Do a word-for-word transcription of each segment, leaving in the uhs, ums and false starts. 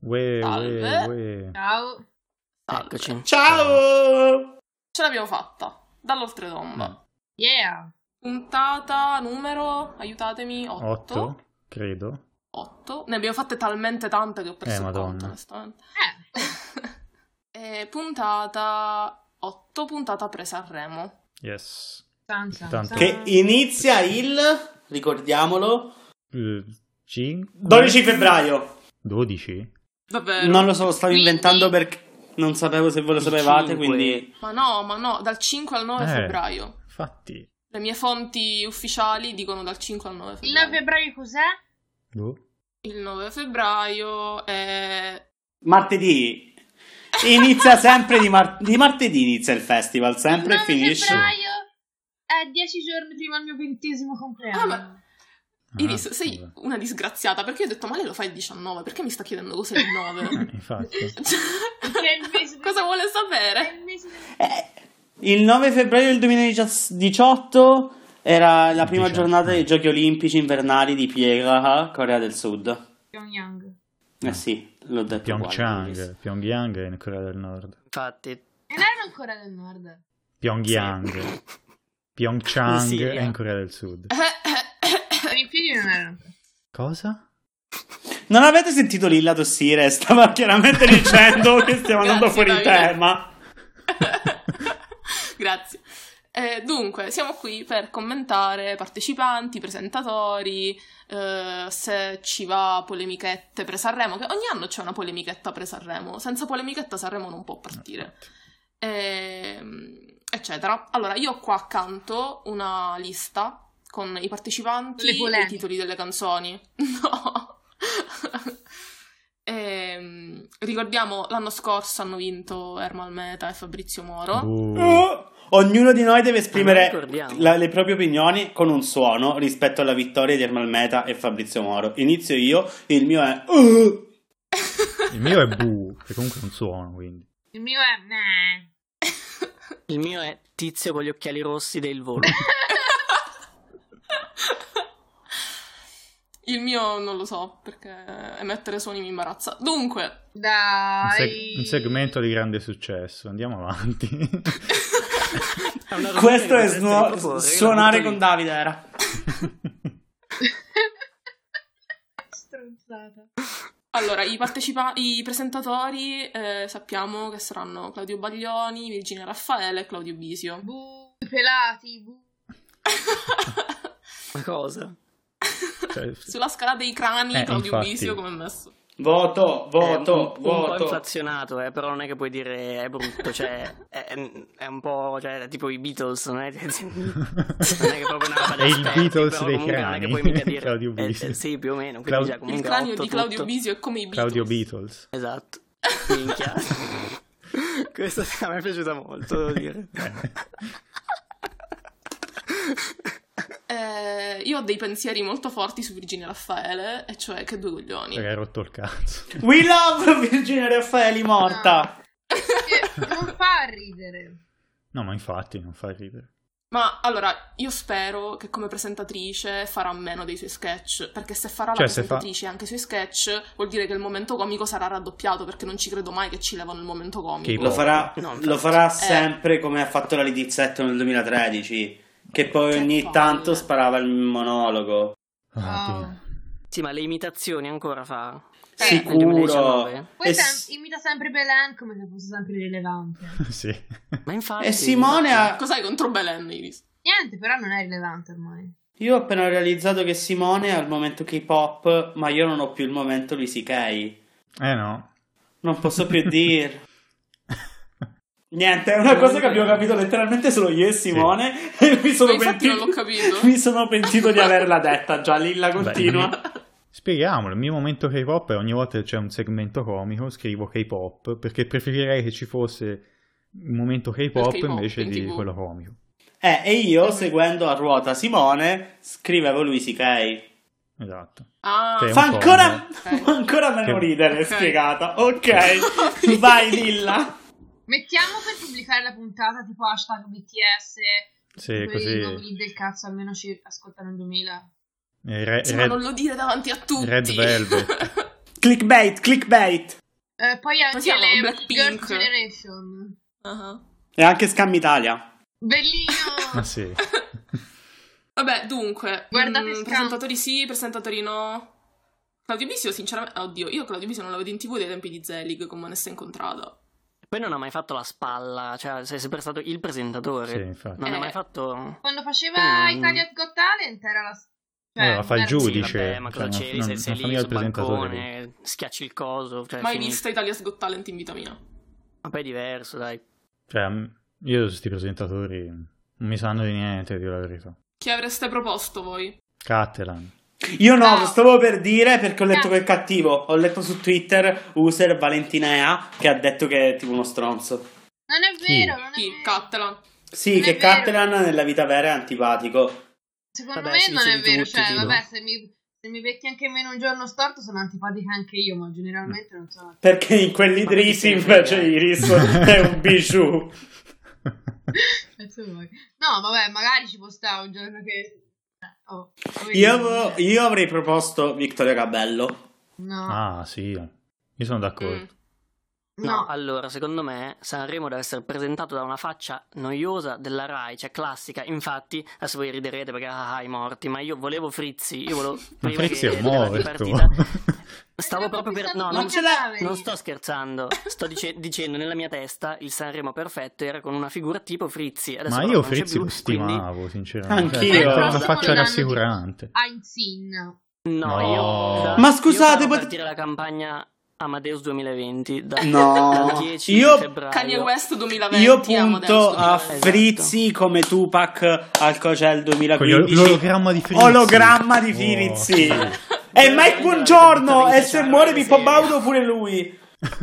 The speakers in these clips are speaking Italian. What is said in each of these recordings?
Uè, Salve. uè, uè. Ciao. Salve. Eccoci. Ciao! Ce l'abbiamo fatta. Dall'oltretomba. Mm. Yeah. Puntata numero, aiutatemi, otto. Otto, credo. otto. Ne abbiamo fatte talmente tante che ho perso Eh, il Madonna. conto, onestamente. Eh. E puntata otto, puntata pre-Sanremo. Yes. San, san, Tanto. san. Che inizia il, ricordiamolo, Eh, cinque? dodici febbraio. dodici? Davvero? Non lo so, lo stavo Quindi- inventando perché non sapevo se voi lo Il sapevate, cinque. quindi... Ma no, ma no, dal cinque al nove Eh. febbraio. Infatti. Le mie fonti ufficiali dicono dal cinque al nove Il febbraio. nove febbraio cos'è? Boh. Il nove febbraio è... Martedì. Inizia sempre di, mar- di martedì inizia il festival, sempre Il e nove finisce. febbraio è dieci giorni prima del mio ventesimo compleanno. Ah, ma- Iris, Ah, sei vabbè. una disgraziata, perché io ho detto, ma lei lo fa il diciannove, perché mi sta chiedendo cos'è il nove? Eh, infatti. Perché è il mese Cosa vuole è sapere? il mese del- Eh, il nove febbraio del duemiladiciotto era la prima diciotto. giornata dei Giochi Olimpici invernali di Pyeongchang, Corea del Sud. Pyongyang. Eh sì, l'ho detto uguale, Pyeongchang. Pyongyang è in Corea del Nord. Infatti, E non era ancora del nord. Pyongyang. Pyeongchang Sì, è eh. in Corea del Sud. Le Olimpiadi non erano. Cosa? Non avete sentito Lilla tossire? Stava chiaramente dicendo che stiamo andando Grazie, fuori Davide. tema. Grazie. Eh, dunque, siamo qui per commentare partecipanti, presentatori, eh, se ci va polemichette pre-Sanremo, che ogni anno c'è una polemichetta pre-Sanremo, senza polemichetta Sanremo non può partire, Ehm, eccetera. Allora, io ho qua accanto una lista con i partecipanti Le e i polemiche. titoli delle canzoni. No! Ehm, ricordiamo, l'anno scorso hanno vinto Ermal Meta e Fabrizio Moro. Uh, Oh, ognuno di noi deve Ma esprimere non ricordiamo. la- le proprie opinioni con un suono rispetto alla vittoria di Ermal Meta e Fabrizio Moro. Inizio io, il mio è... Uh. il mio è bu, che comunque è un suono, quindi. Il mio è... Nah. il mio è Tizio con gli occhiali rossi del volo. Il mio non lo so, perché emettere suoni mi imbarazza. Dunque, Un, Dai. seg- un segmento di grande successo. Andiamo avanti. È una rubrica Questo che è potreste suo- riproporre, io la suonare butto con lì. Davide, era. Stronzata. allora, i partecipanti, i presentatori eh, sappiamo che saranno Claudio Baglioni, Virginia Raffaele e Claudio Bisio. Bu, i pelati, bu. Ma cosa? Cioè, Sulla scala dei crani, Eh, Claudio infatti. Bisio come è messo? Voto, È un, voto, un po' voto. inflazionato, eh, però non è che puoi dire è brutto, cioè è, è un po', cioè, tipo i Beatles, non è, non è che proprio una roba da È il esperti, Beatles però dei comunque non è che crani, puoi mica dire Claudio eh, Bisio. eh, sì, più o meno, quindi Clau- già Il comunque cranio otto di Claudio tutto. Bisio è come i Beatles. Claudio Beatles. Esatto. Minchia. Questa a me è piaciuta molto, devo dire. Eh, io ho dei pensieri molto forti su Virginia Raffaele, e cioè che due coglioni. Perché hai rotto il cazzo. We love Virginia Raffaeli morta. Che non fa ridere. No, ma infatti non fa ridere. Ma allora, io spero che come presentatrice farà meno dei suoi sketch, perché se farà Cioè, la se fa- presentatrice anche i suoi sketch, vuol dire che il momento comico sarà raddoppiato, perché non ci credo mai che ci levano il momento comico. Che- Lo farà, No, infatti. lo farà sempre come ha fatto la Lidizetto nel duemilatredici, che poi Che ogni palle. tanto sparava il monologo. Ah, Oh. Dio. Sì, ma le imitazioni ancora fa. Eh, Sicuro. duemiladiciannove. Poi E, sem- s- imita sempre Belen come se fosse sempre rilevante. Sì. Ma infatti e Simone ha... Cos'hai contro Belen, Iris? Niente, però non è rilevante ormai. Io ho appena realizzato che Simone ha il momento K-pop, ma io non ho più il momento Lucy Kay. Eh no. Non posso più dir. Niente, è una cosa che abbiamo capito letteralmente solo io e Simone. E mi sono Ma infatti pentito. non l'ho capito. Mi sono pentito di averla detta. Già, Lilla continua. Beh, spieghiamolo, il mio momento K-pop è ogni volta che c'è un segmento comico scrivo K-pop, perché preferirei che ci fosse un momento K-pop Il K-pop invece in di tivù. quello comico. Eh, e io, seguendo a ruota Simone, scrivevo Lucy Kay. Esatto. Ah, Che è un Fa po' ancora, Ok. fa ancora meno Che- ridere, Ok. spiegata. Ok, vai Lilla. Mettiamo per pubblicare la puntata tipo hashtag B T S. Sì, Quelli così. nomi del cazzo almeno ci ascoltano in duemila. eh, Re- sì, ma Red, non lo dire davanti a tutti. Red Velvet. Clickbait, clickbait. Eh, poi anche siamo le Blackpink. Girls' Generation. Uh-huh. E anche Scam Italia. Bellino! Ma sì. Vabbè, dunque, Guardate mm, Scam. presentatori sì, presentatori no. Claudio Bisio, sinceramente, oddio, io Claudio Bisio non la vedo in tv dai tempi di Zelig, come onesta incontrata. Poi non ha mai fatto la spalla, cioè sei sempre stato il presentatore. Sì, infatti. Non Eh. ha mai fatto... Quando faceva Mm. Italia's Got Talent era la... Cioè, Allora, fa il era- Sì, giudice. vabbè, ma cosa cioè, c'eri? non- sei non sei fa lì mica sul il presentatore balcone, schiacci il coso. Cioè, Mai finito. vista Italia's Got Talent in vita mia. Ma poi è diverso, dai. Cioè, io questi presentatori non mi sanno di niente, dico la verità. Chi avreste proposto voi? Catalan. Io no, No. lo stavo per dire perché ho letto Eh. che è cattivo. Ho letto su Twitter user Valentinea che ha detto che è tipo uno stronzo. Non è Chi? vero, non è Chi? vero. Cattelan. Sì, Non è che vero. Catalan nella vita vera è antipatico. Secondo Vabbè, me si non dice è di vero, tutti, cioè, tipo. vabbè, se mi, se mi becchi anche meno un giorno storto sono antipatica anche io, ma generalmente non sono Perché in quelli Ma che trisi se ne invece frega? Iris è un bijou. Cazzo vuoi? No, vabbè, magari ci può stare un giorno che... eh, oh, come Io, dire, avevo- io avrei proposto Vittorio Cabello. No, Ah, sì. Io sono d'accordo. Mm. No, no. allora, secondo me Sanremo deve essere presentato da una faccia noiosa della Rai, cioè classica. Infatti, adesso voi riderete perché ah, ah, i morti, ma io volevo Frizzi, io volevo Ma prima Frizzi che è della morto. partita. Stavo Abbiamo proprio per pensato no, tutti non a ce l'ha, cadaveri. non sto scherzando. Sto dice- dicendo nella mia testa il Sanremo perfetto era con una figura tipo Frizzi. Adesso Ma però io non c'è Frizzi più, lo quindi- stimavo, sinceramente. Anch'io. Cioè, Però aveva una secondo faccia l'anno rassicurante. Einstein. No, No. io Ma io scusate, farò pot- partire la campagna Amadeus duemilaventi da, No. dal dieci Io- febbraio. Kanye West duemilaventi. Io Amadeus punto a duemilaventi. Frizzi come Tupac al Cocel Con duemilaquindici. l'ologramma di Frizzi. Ologramma di Oh, Frizzi. sì. E Mike Buongiorno. E se Cioè, muore una Pippo serie. Baudo pure lui.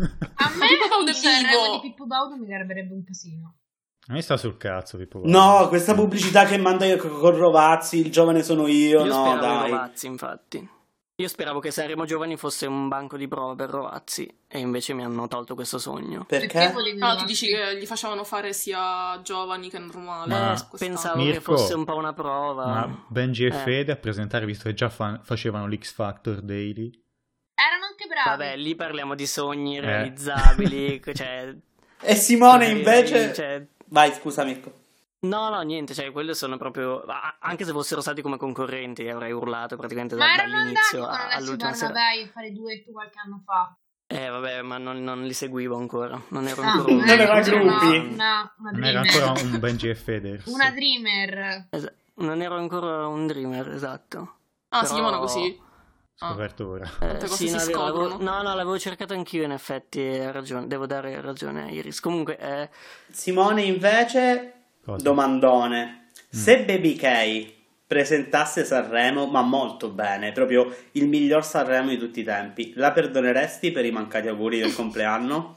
A me Pippo Baudo il è Sanremo vivo. di Pippo Baudo mi garberebbe un casino. A me sta sul cazzo, Pippo. No, questa pubblicità che manda io con Rovazzi, il giovane sono io. Io No, speravo in dai. Rovazzi, infatti. Io speravo che Sanremo Giovani fosse un banco di prova per Rovazzi e invece mi hanno tolto questo sogno. Perché? volevi Ah, tu Rovazzi? dici che gli facevano fare sia giovani che normali. Ma- quest'anno. Pensavo che Mirko, fosse un po' una prova. Ma Benji e Eh. Fede a presentare, visto che già fa- facevano l'X Factor Daily. Erano anche bravi. Vabbè, lì parliamo di sogni Eh. realizzabili. cioè, E Simone magari, invece... cioè, Vai, scusa Mirko. no, no, niente, cioè, quelle sono proprio. a- Anche se fossero stati come concorrenti, avrei urlato praticamente da- Ma erano andati dall'inizio con a- Alessio all'ultima sera. Barnabei a fare duetto qualche anno fa. Eh, vabbè, ma non, non li seguivo ancora. Non ero Ah, ancora un- non era una- gruppi. Una, una Non era dreamer. ancora un Benji e Fede. Una dreamer. Es- non ero ancora un dreamer, esatto. Ah, si Però- chiamano così. Ah. Scoperto ora. Eh, Quante cose sì, si no, è vero, l'avevo- scoprono. no, no, l'avevo cercato anch'io in effetti, hai ragione, devo dare ragione a Iris. Comunque, eh, Simone invece... Cosa? Domandone. Se Baby K presentasse Sanremo, ma molto bene, proprio il miglior Sanremo di tutti i tempi, la perdoneresti per i mancati auguri del compleanno?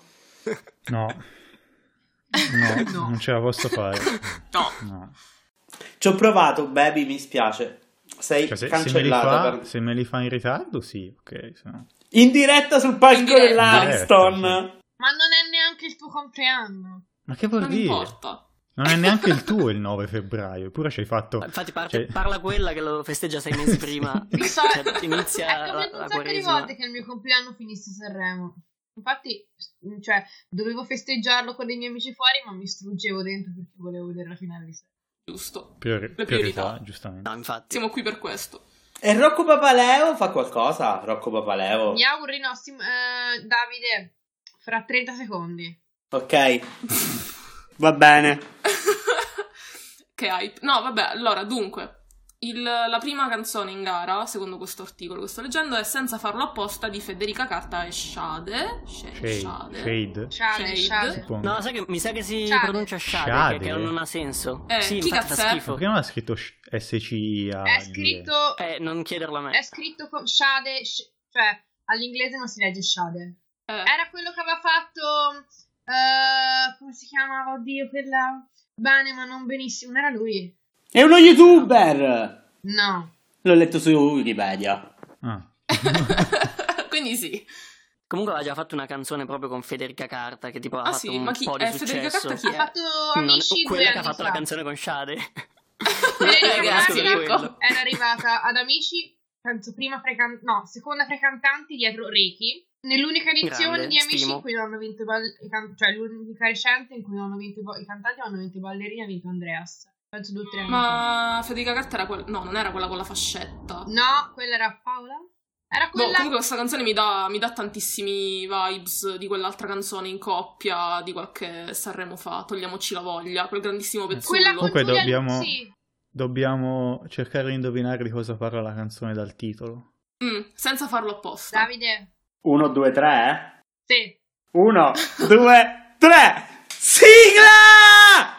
No. No, No. non ce la posso fare. No. No. Ci ho provato, Baby, mi spiace. Sei Cioè, se, se me li cancellata. fa, per- se me li fa in ritardo, sì, ok. Se no. In diretta sul palco In diretta. dell'Ariston. Ma non è neanche il tuo compleanno. Ma che vuol Non dire? importa. Non è neanche il tuo il nove febbraio, eppure ci hai fatto... infatti parte- cioè- parla quella che lo festeggia sei mesi prima. Di Cioè, solito inizia è la, capitato la un sacco di quaresima. volte che il mio compleanno finisse Sanremo. Infatti, cioè, dovevo festeggiarlo con dei miei amici fuori, ma mi struggevo dentro perché volevo vedere la finale di Sanremo. Giusto. Priori- Le priorità, priorità. giustamente. No, infatti. Siamo qui per questo. E Rocco Papaleo fa qualcosa? Rocco Papaleo. Mi auguri, no, Sim- eh, Davide, fra trenta secondi. Ok. Va bene. Che hype. No, vabbè, allora, dunque, il- la prima canzone in gara, secondo questo articolo che sto leggendo, è Senza farlo apposta di Federica Carta e Shade. Sh- Shade. Shade. Shade. Shade, Shade. Shade. Suppongo. No, sai che mi sa che si Shade. pronuncia Shade, Shade? che, che non ha senso. Eh, sì, chi infatti cazzo fa è? schifo. Perché non ha scritto S C I A? È scritto, Eh, non chiederlo a me. è scritto con Shade, sh- cioè all'inglese non si legge Shade. Eh, Era quello che aveva fatto, eh, come si chiamava, oddio, quella bene ma non benissimo, non era lui? È uno youtuber. No. L'ho letto su Wikipedia. Ah. Quindi sì. Comunque aveva già fatto una canzone proprio con Federica Carta, che tipo ha Ah, fatto sì? un Ma chi- po' di eh, Federica successo. Carta chi Ha è? fatto Non- Amici due quella che ha anni fatto fa. la canzone con Shade. Federica Ragazzi, Carta ecco. era arrivata ad Amici penso prima fra i can- no, seconda fra i cantanti dietro Ricky. Nell'unica edizione Grande, di Amici stimo. in cui non hanno vinto i ball- i can- cioè l'unica recente in cui non hanno vinto i, bo- i cantanti, ma hanno vinto i ballerini, ha vinto Andreas. Penso due o tre anni fa. Ma Federica Carta era quella... No, non era quella con la fascetta. No, quella era Paola? Era Boh, quella... comunque questa canzone mi dà, mi dà tantissimi vibes di quell'altra canzone in coppia di qualche Sanremo fa, Togliamoci la voglia, quel grandissimo pezzullo. Quella con Comunque Giulia dobbiamo- Luzi. Dobbiamo cercare di indovinare di cosa parla la canzone dal titolo. Mm, senza farlo apposta. Davide? Uno, due, tre. Sì. Uno, due, tre. Sigla!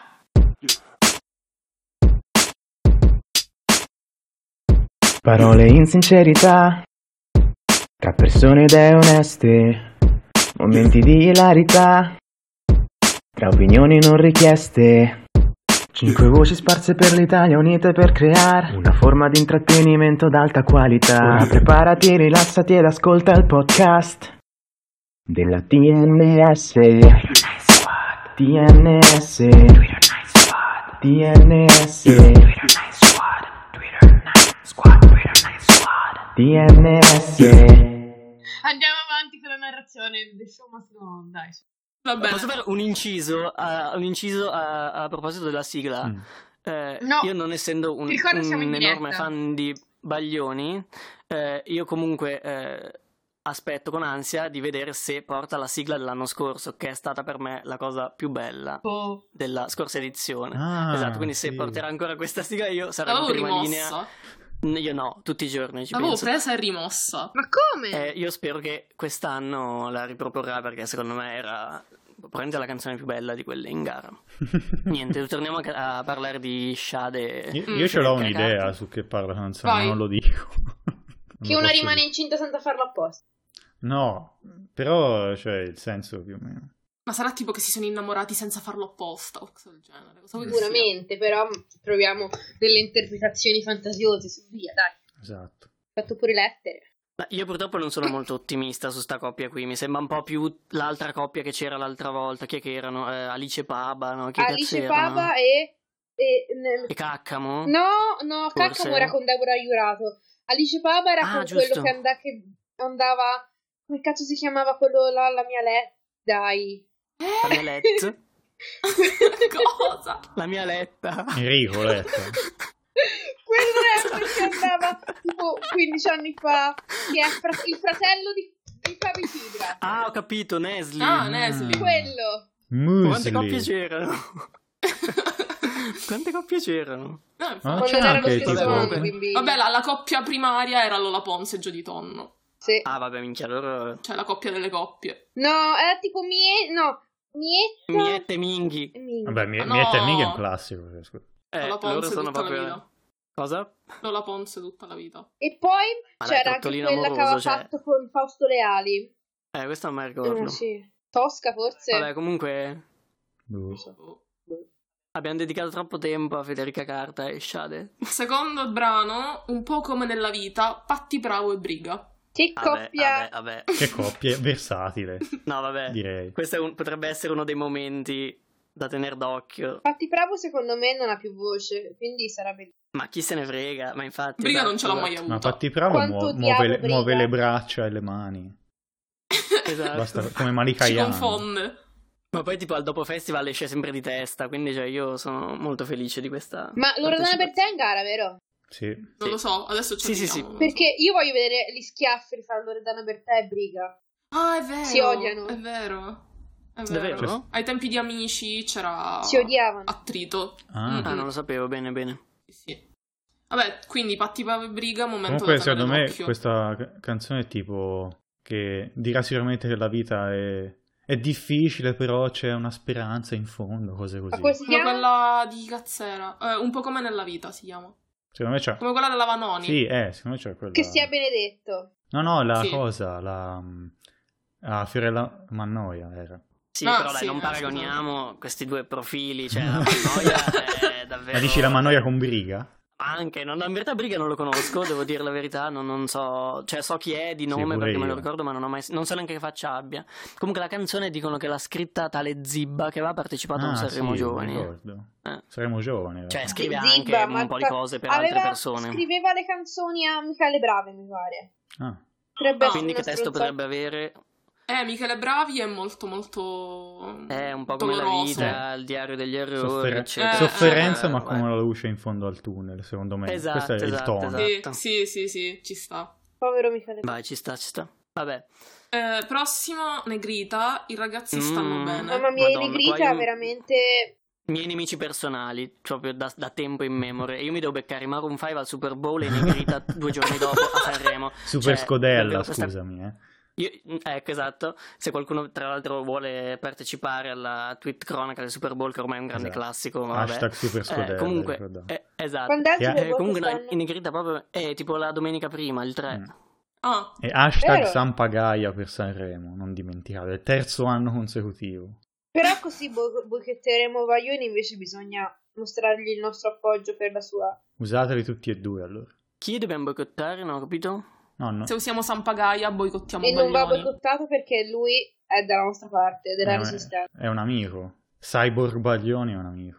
Parole in sincerità, tra persone idee oneste, momenti di ilarità, tra opinioni non richieste. Cinque voci sparse per l'Italia unite per creare una forma di intrattenimento d'alta qualità. Ora preparati, rilassati ed ascolta il podcast della T N S. T N S. T N S. T N S. Andiamo avanti con la narrazione. The show must go on, dai. Va bene. Posso fare un inciso, a, un inciso a, a proposito della sigla? Mm. Eh, No. Io non essendo un, Ti ricordo, siamo in un enorme diretta. fan di Baglioni, eh, io comunque eh, aspetto con ansia di vedere se porta la sigla dell'anno scorso, che è stata per me la cosa più bella Oh. della scorsa edizione. Ah, esatto, quindi se sì. porterà ancora questa sigla io sarò in L'avevo prima linea. rimossa. Io no, tutti i giorni ci L'avevo penso. presa e rimossa. Ma come? Eh, io spero che quest'anno la riproporrà perché secondo me era probabilmente la canzone più bella di quelle in gara. Niente, torniamo a, a parlare di Sade. Io, Mm. io ce l'ho Federica un'idea Carta. su che parla la canzone, Vai. non lo dico. Non Che lo una posso rimane dire. incinta senza farlo apposta. No, però cioè il senso più o meno. Ma sarà tipo che si sono innamorati senza farlo apposta o cosa del genere. Cosa vuoi che sia? Sicuramente, però troviamo delle interpretazioni fantasiose su via, dai. Esatto. Ho fatto pure lettere. Ma io purtroppo non sono molto ottimista su sta coppia qui, mi sembra un po' più l'altra coppia che c'era l'altra volta. Chi è che erano? Eh, Alice Paba, no? Chi cazzo Alice erano? Papa e... e ne- E Caccamo? No, no, Forse. Caccamo era con Deborah Iurato. Alice Papa era Ah, con giusto. quello che, and- che andava... Come cazzo si chiamava quello là, la mia letta? Dai. La mia letta. Cosa? La mia letta. Enrico, letto. Quel rapper che andava tipo quindici anni fa, che è fra- il fratello di, di Fabi Fibra. Ah, ho capito, Nesli. Ah, Nesli. Quello. Quante coppie Musli. c'erano? Quante coppie c'erano? No, infatti. Ma Quando c'è erano anche stesso tipo- anno, vabbè. quindi... Vabbè, la, la coppia primaria era Lola Pons e Gio Di Tonno. Sì. Ah, vabbè, minchia, loro... Cioè la coppia delle coppie. No, era tipo Mie... No, Mietta... Miette Minghi. e Minghi. Vabbè, mi, Ah, no. Mietta e Minghi è un classico. scusa. Eh, Lola loro Pons sono tutta la proprio... vita. Cosa? Lola Pons tutta la vita. E poi Ma dai, c'era anche Tortolino quella che amoroso, aveva cioè. fatto con Fausto Leali. Eh, questo non mi ricordo. Eh, sì. Tosca, forse? Vabbè, comunque Boh. Oh. abbiamo dedicato troppo tempo a Federica Carta e Sade. Secondo brano, un po' come nella vita, Patti Bravo e Briga. Che Vabbè, coppia... vabbè, vabbè. Che coppia versatile, No, vabbè. direi. Questo è un- potrebbe essere uno dei momenti da tenere d'occhio. Patti Bravo secondo me non ha più voce, quindi sarebbe... Ma chi se ne frega? Ma infatti... Briga esatto, non ce l'ho mai esatto. avuta. Ma Patti Bravo Quanto muo- odiavo muove, le, Briga. muove le braccia e le mani. Esatto. Basta, come Malika Ci Ayane. confonde. Ma poi tipo al dopo festival esce sempre di testa, quindi cioè io sono molto felice di questa... Ma Loredana partecipazione. Bertè è in gara, vero? Sì. Non Sì. lo so, adesso ci Sì, sì, vediamo. Perché io voglio vedere gli schiaffi fra Loredana Bertè e Briga. Ah, è vero. Si odiano. È vero. È Davvero? vero. No? Ai tempi di Amici c'era Si odiavano. attrito. Ah. Mm-mm. Ah, non lo sapevo, bene, bene. Sì, sì. Vabbè, quindi Patti Bravo e Briga, momento Comunque, da tenere secondo me, d'occhio. questa ca- canzone è tipo che dirà sicuramente che la vita è, è difficile, però c'è una speranza in fondo, cose Ma così. come si Come chiama? quella di Cazzera. Eh, un po' come nella vita si chiama. Secondo me c'è. Come quella della Vanoni. Sì, eh, secondo me c'è quella. Che sia Benedetto. No, no, la Sì. cosa, la. La Fiorella Mannoia era. Sì, Ah, però dai, sì, non eh, paragoniamo questi due profili, cioè la Mannoia è davvero... Ma dici la Mannoia con Briga? Anche, non, in verità Briga non lo conosco, devo dire la verità, non, non so, cioè so chi è di nome Sì, perché io. me lo ricordo, ma non ho mai, non so neanche che faccia abbia. Comunque la canzone dicono che l'ha scritta tale Zibba che aveva partecipato a un Ah, Sanremo sì, Giovani. ricordo. Eh. Saremo giovani. Cioè era. scrive Zibba, anche ma un po' di fa- cose per aveva- altre persone. Scriveva le canzoni a Michele Brave, mi pare. Ah, Potrebbe Ah, essere Quindi che una testo stronzata. potrebbe avere? Eh, Michele Bravi è molto molto È un po' come la doloroso. vita, il diario degli errori, Soffer- eccetera. Eh, sofferenza, eh, ma eh, come la luce in fondo al tunnel, secondo me. Esatto, Questo è il esatto, tono. esatto. Sì, sì, sì, sì, ci sta. Povero Michele Brave. Vai, ci sta, ci sta. Vabbè. Eh, prossimo, Negrita, i ragazzi stanno Mm. bene. Mamma mia, Madonna, i Negrita qua io- veramente... Miei nemici personali, proprio da, da tempo in memoria. Io mi devo beccare Maroon cinque al Super Bowl e Negrita due giorni dopo a Sanremo. Super Cioè, scodella, davvero questa- scusami. Eh. Io- ecco, esatto. Se qualcuno tra l'altro vuole partecipare alla tweet cronaca del Super Bowl, che ormai è un grande Esatto. classico, ma vabbè. Hashtag super scodella. Eh, comunque, ricordato. eh, esatto. Quando è il Eh, Super Eh, Bowl comunque no, quest'anno? in Negrita proprio è tipo la domenica prima, il tre. Mm. Ah, E hashtag Vero? San Pagaia per Sanremo, non dimenticate, il terzo anno consecutivo. Però così bo- boichetteremo Vaioni, invece bisogna mostrargli il nostro appoggio per la sua... Usateli tutti e due allora. Chi dobbiamo boicottare? Non ho capito? No, no. se usiamo Sampagaia boicottiamo E non va Baglioni. boicottato perché lui è dalla nostra parte, della È un- resistenza. È un amico. Cyborg Baglioni è un amico.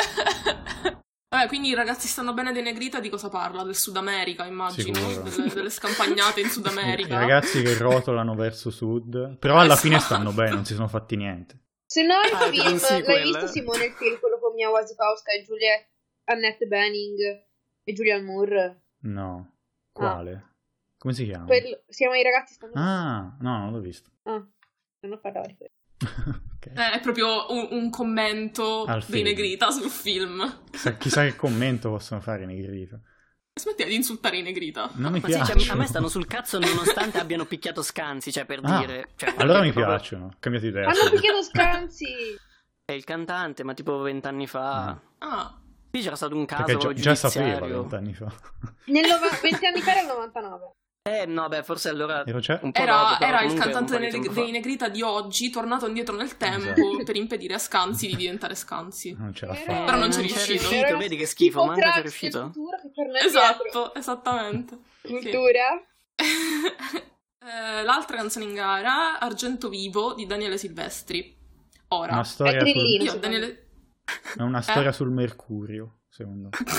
Vabbè, quindi i ragazzi stanno bene dei Negrita, di cosa parla? Del Sud America, immagino, Sicuro. delle, delle scampagnate in Sud I America. ragazzi che rotolano verso sud, però alla fine Esatto. stanno bene, non si sono fatti niente. Se no il Ah, film, un sequel. l'hai visto Simone il film, quello con Mia Wasikowska e Juliette, Annette Bening e Julianne Moore? No. Quale? Come si chiama? Quello, siamo i ragazzi stanno Ah, no, non l'ho visto. Ah, non ho parlato di quello. Ok. Eh, è proprio un, un commento Al dei film. Negrita sul film. Chissà, chissà che commento possono fare i Negrita. Smettila di insultare i Negrita. Non mi Ma sì, cioè, piacciono. a me stanno sul cazzo nonostante abbiano picchiato Scanzi, cioè per Ah, dire. Cioè, allora mi proprio- piacciono. Cambiate idea. Hanno picchiato Scanzi! È il cantante, ma tipo vent'anni fa. Ah, Sì, c'era stato un caso Perché già, già sapeva giudiziario. vent'anni fa. Nel nova- venti anni fa era il novantanove. Eh, no, beh, forse allora Ero c'è? un po' era, dopo, però era il comunque cantante un po' di dei, tempo dei fa. Negrita di oggi, tornato indietro nel tempo Esatto. per impedire a Scanzi di diventare Scanzi. Non ce la Però- fa. Però non c'è c'è riuscito. Era Vedi che schifo, tipo manco c'è Trax riuscito. del futuro che torna indietro. Esatto, esattamente. Sì. Cultura. Eh, l'altra canzone in gara, Argento Vivo di Daniele Silvestri. Ora, Una storia È Grillino. sul... io Daniele... È una storia sul Mercurio, secondo me.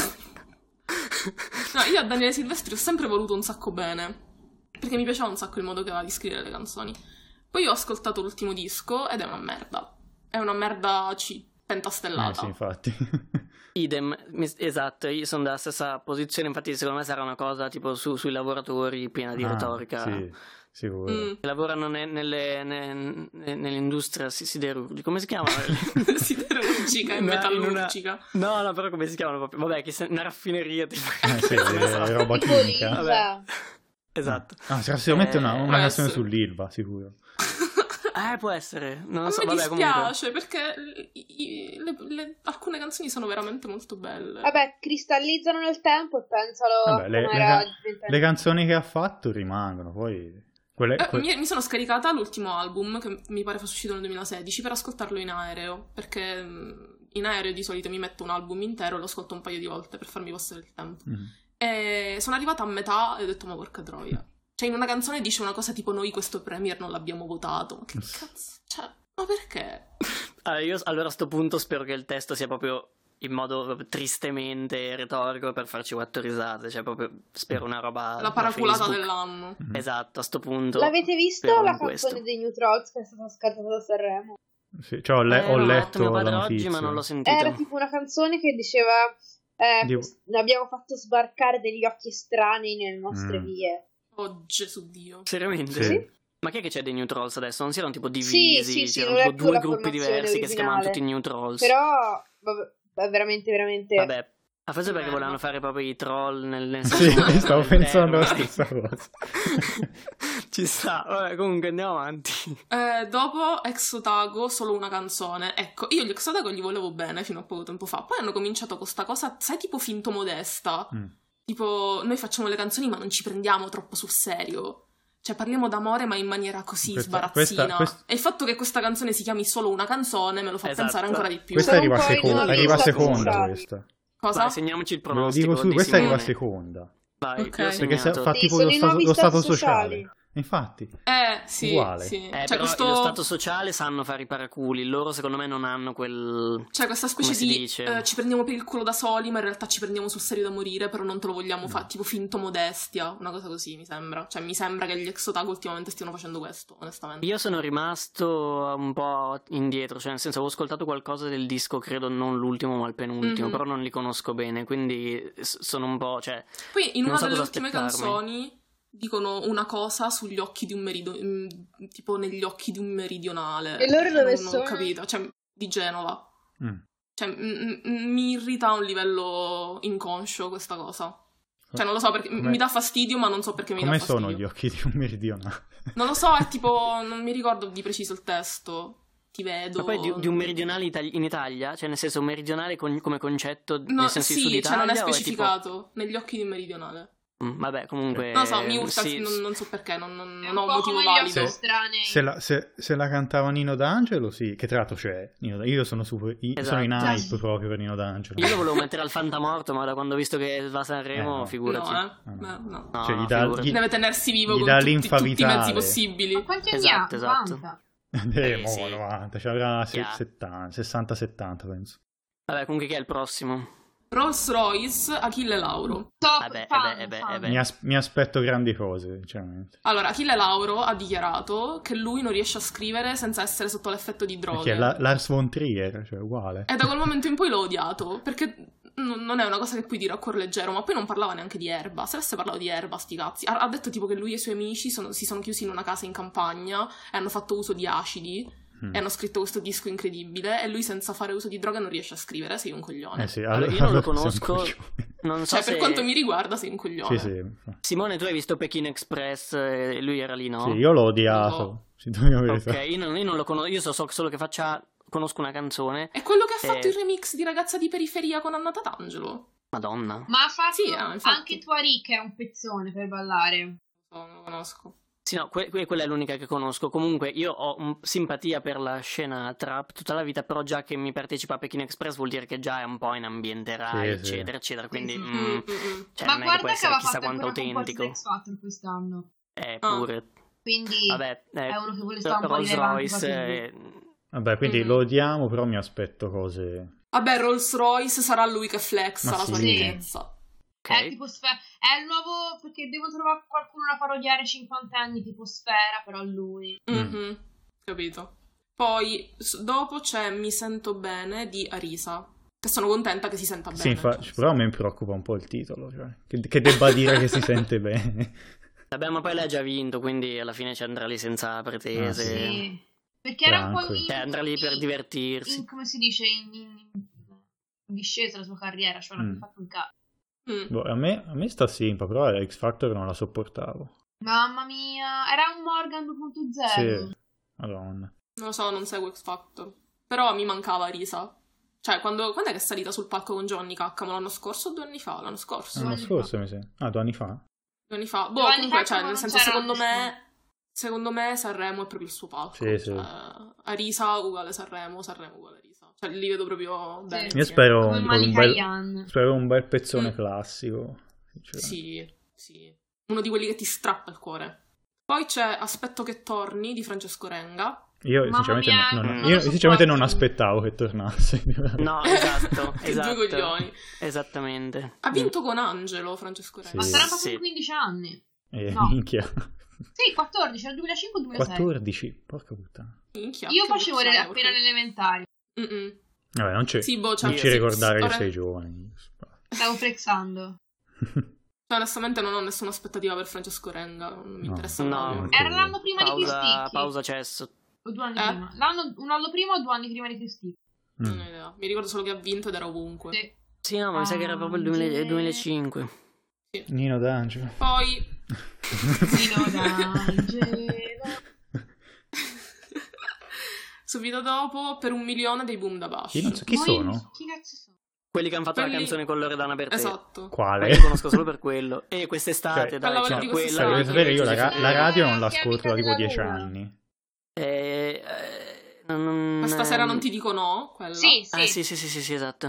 No, io a Daniele Silvestri ho sempre voluto un sacco bene, perché mi piaceva un sacco il modo che aveva di scrivere le canzoni. Poi ho ascoltato l'ultimo disco ed è una merda. È una merda c- Eh pentastellata. sì, infatti. Idem, mi- esatto, io sono della stessa posizione, infatti secondo me sarà una cosa tipo su- sui lavoratori piena di Ah, retorica. Sì, sicuro. Mm. Che lavorano ne- nelle, ne- ne- nell'industria si- siderurgica, come si chiama? Siderurgica e Una- in una- metallurgica. No, no, però come si chiamano proprio? Vabbè, che se- una raffineria tipo. Eh sì, è roba Tipo chimica. l'Ilva. Esatto. Ah, sarà sicuramente una, Eh, una può canzone essere. sull'Ilva, sicuro. Eh, può essere, non lo Non so, mi vabbè, comunque. dispiace perché i- i- le- le- alcune canzoni sono veramente molto belle. Vabbè, cristallizzano nel tempo e pensalo Vabbè, le, come le era ca- vent'anni le canzoni che ha fatto rimangono, poi... Quelle, Eh, que- mi, mi sono scaricata l'ultimo album che mi pare fosse uscito nel duemilasedici per ascoltarlo in aereo, perché mh, in aereo di solito mi metto un album intero e lo ascolto un paio di volte per farmi passare il tempo. Mm. E sono arrivata a metà e ho detto ma porca troia. Cioè in una canzone dice una cosa tipo noi questo premier non l'abbiamo votato. Ma che cazzo? Cioè, ma perché? Allora, io allora a sto punto spero che il testo sia proprio in modo proprio tristemente retorico per farci quattro risate, cioè proprio spero una roba La da paraculata Facebook. dell'anno. Mm. Esatto, a sto punto. L'avete visto spero la in questo. canzone dei New Trolls che è stata scartata da Sanremo? Sì, cioè, ho, le- Eh, ho l'ho letto mio la padre notizia. oggi, ma non l'ho sentito. Era tipo una canzone che diceva eh, Dio. quest- abbiamo fatto sbarcare degli occhi estranei nelle nostre Mm. vie. Oh Gesù Dio. Seriamente? Sì. Ma chi è che c'è dei New Trolls adesso? Non si erano tipo divisi? Sì, sì, sì, C'erano non è tipo più due la gruppi formazione diversi che si chiamavano originale. tutti New Trolls. Però vabbè, è veramente veramente Vabbè, ma forse perché Merda. volevano fare proprio i troll nel, nel Sì, senso moderno stavo del pensando la termine. stessa cosa. Ci sta, vabbè, comunque andiamo avanti. Eh, dopo Ex Otago, solo una canzone. Ecco, io gli Ex Otago li volevo bene fino a poco tempo fa. Poi hanno cominciato con sta cosa, sai, tipo finto modesta. Mm. Tipo, noi facciamo le canzoni ma non ci prendiamo troppo sul serio. Cioè, parliamo d'amore ma in maniera così Questa- sbarazzina. questa- quest- E il fatto che questa canzone si chiami solo una canzone me lo fa Esatto. pensare ancora di più. Questa Sono arriva, un po' seco- in una arriva lista seconda pensati. questa. Cosa? Vai, segniamoci il Ve lo pronostico. dico su, di questa arriva Simone. seconda. Vai, Ok. io ho Perché se- segnato. fa Sì, tipo sono lo i stato, nuovi lo stato stati sociale. sociali. Infatti. Eh, sì, Uguale. sì. Eh, C'è però questo... lo stato sociale sanno fare i paraculi, loro secondo me non hanno quel... C'è questa specie come si di dice? eh, ci prendiamo per il culo da soli, ma in realtà ci prendiamo sul serio da morire, però non te lo vogliamo Mm. fare, tipo finto modestia, una cosa così, mi sembra. Cioè, mi sembra che gli Exotago ultimamente stiano facendo questo, onestamente. Io sono rimasto un po' indietro, cioè nel senso avevo ascoltato qualcosa del disco, credo non l'ultimo ma il penultimo, Mhm. però non li conosco bene, quindi s- sono un po', cioè... Poi in non una so delle cosa ultime aspettarmi. canzoni dicono una cosa sugli occhi di un meridionale, tipo negli occhi di un meridionale. E loro dove non, sono? Non ho capito, cioè, di Genova. Mm. Cioè, m- m- mi irrita a un livello inconscio questa cosa. Cioè, non lo so perché Come- mi dà fastidio, ma non so perché mi Come dà fastidio. sono gli occhi di un meridionale? Non lo so, è tipo, non mi ricordo di preciso il testo. Ti vedo. Ma poi di, di un meridionale itali- in Italia, cioè nel senso un meridionale con- come concetto No, nel senso di Sud sì, cioè non è Italia o tipo- specificato. Negli occhi di un meridionale. Mm, vabbè, comunque... Non lo so, mi urta, sì, non, non so perché, non, non- È non un ho un po' motivo come gli valido. occhi strani. Se la, se, se la cantava Nino D'Angelo, sì, che tra l'altro c'è. Nino, io sono, super, io sono in Esatto. hype proprio per Nino D'Angelo. Io lo volevo mettere al Fantamorto, ma da quando ho visto che va a Sanremo, Eh, no. figurati. No, eh. Ah, no. No, no. No, Cioè, no, gli dà- figurati. gli- Deve tenersi vivo Gli con dà tutti, linfa tutti i mezzi vitale. possibili. Ma quanti anni Esatto, ha? esatto. novanta? Eh, Eh, sì. mo, novanta, ci avrà se- Chiaro. settanta, sessanta settanta penso. Vabbè, comunque chi è il prossimo? Rolls Royce, Achille Lauro. Top Vabbè, fan, eh beh, eh beh, fan. eh beh. Mi, as- mi aspetto grandi cose, sinceramente. Allora, Achille Lauro ha dichiarato che lui non riesce a scrivere senza essere sotto l'effetto di droghe. Perché la- Lars von Trier, cioè uguale. E da quel momento in poi l'ho odiato, perché n- non è una cosa che puoi dire a cuor leggero, ma poi non parlava neanche di erba. Se avesse parlato di erba, sti cazzi. Ha, ha detto tipo che lui e i suoi amici sono- si sono chiusi in una casa in campagna e hanno fatto uso di acidi Mm. e hanno scritto questo disco incredibile e lui senza fare uso di droga non riesce a scrivere, sei un coglione. Eh sì, Allora, allora, io non lo allora sei un conosco, coglione. non so Cioè, se... per quanto mi riguarda, sei un coglione. Sì, sì. Simone, tu hai visto Peking Express e lui era lì, no? Sì, io l'ho odiato. No. Sì, dobbiamo verità. Ok, io non, io non lo conosco, io so, so solo che faccia, conosco una canzone. È quello che ha fatto Eh. il remix di Ragazza di Periferia con Anna Tatangelo. Madonna. Ma ha fatto Sì, ah, infatti. anche Tuari che è un pezzone per ballare. No, non lo conosco. Sì, no, que- que- quella è l'unica che conosco. Comunque io ho un- simpatia per la scena trap tutta la vita, però già che mi partecipa a Peking Express vuol dire che già è un po' in ambiente Rai, Sì, sì. eccetera, eccetera. Quindi, Sì, sì. mm, Mm, mm, mm. cioè, Ma non è che guarda può che essere aveva chissà fatto quanto ancora un po' autentico. X Factor quest'anno. Eh, Ah. pure. Quindi Vabbè, eh, è uno che vuole stare un po' Rolls rilevante. Royce, quasi eh, Vabbè, quindi Mhm. lo odiamo, però mi aspetto cose... Vabbè, Rolls Royce sarà lui che flexa Ma la sua sì. ricchezza. ok. È tipo Sfera. È il nuovo. Perché devo trovare qualcuno da far odiare cinquanta anni, tipo Sfera, però lui. Mm. Mhm, capito. Poi, s- dopo c'è Mi sento bene di Arisa. Che sono contenta che si senta bene. Sì, infa- cioè, però mi preoccupa un po' il titolo, cioè, che, che debba dire che si sente bene. Vabbè, ma poi lei ha già vinto, quindi alla fine ci andrà lì senza pretese. Ah, sì. Sì. Perché era un po' Tranquillo. in, Cioè, andrà lì per in- divertirsi. in- come si dice? In, in- in discesa la sua carriera, cioè non Mm. ha fatto un cazzo. mm. Boh, a, me, a me sta simpa, però X Factor non la sopportavo. Mamma mia, era un Morgan due punto zero. Sì, madonna. Non lo so, non seguo X Factor. Però mi mancava Arisa. Cioè, quando, quando è che è salita sul palco con Johnny Caccamo? L'anno scorso o due anni fa? L'anno scorso? L'anno anni scorso mi sembra. Ah, due anni fa? Due anni fa. Boh, Giovanni comunque, cioè, Caccamo nel non senso, c'era secondo l'anno me... Secondo me Sanremo è proprio il suo palco. Sì, sì. Cioè, Arisa uguale Sanremo, Sanremo uguale Arisa. Cioè, li vedo proprio bene. Io Io insieme. spero Come un, un Malika bel, Yan. spero un bel pezzone Mm. classico. sinceramente. Sì, sì. Uno di quelli che ti strappa il cuore. Poi c'è Aspetto che torni di Francesco Renga. Io Mamma sinceramente, mia, non, non io, lo sinceramente non sopporto. aspettavo che tornasse. No, esatto, Che esatto. due coglioni. Esattamente. Ha vinto con Angelo Francesco Renga. Ma Sì. saranno passati Sì. quindici anni. Eh, No. minchia. Sì, quattordici, era duemilacinque duemilasei. quattordici, porca puttana. Minchia, Io che facevo le, vecchiaia, appena le elementari. perché- Mm-mm. Vabbè, non, ci Sì, boh, cioè, non ci sì, ricordare che ora- sei giovane. Stavo flexando. Cioè, onestamente non ho nessuna aspettativa per Francesco Renga. Non mi No. interessa No. proprio. Anche Era io. l'anno prima di Pausa, Cristicchi. pausa cesso. O due anni Eh? prima. L'anno, un anno prima o due anni prima di Cristicchi? Non Mm. ho idea. Mi ricordo solo che ha vinto ed era ovunque. Sì. Sì, no, ma mi sa che era proprio il duemila- il duemilacinque. Nino D'Angelo. Poi Zino d'Angelo. subito dopo, per un milione dei Boom da Bash. Io non so chi Ma io- sono. Chi cazzo sono? Quelli che hanno fatto Quelli- la canzone con Loredana per te. Esatto. Ma Quale? io li conosco solo per quello. E quest'estate, Cioè, dai, Parlavano c'era di quella. quest'estate. Cioè, dovete sapere, io la, ra- Sì, la radio non sì, l'ascolto da Amica tipo della dieci Luna. anni. Eh, eh, non- Questa sera non ti dico no. Quella. Sì, sì. Ah, sì, sì, sì, sì, sì, esatto.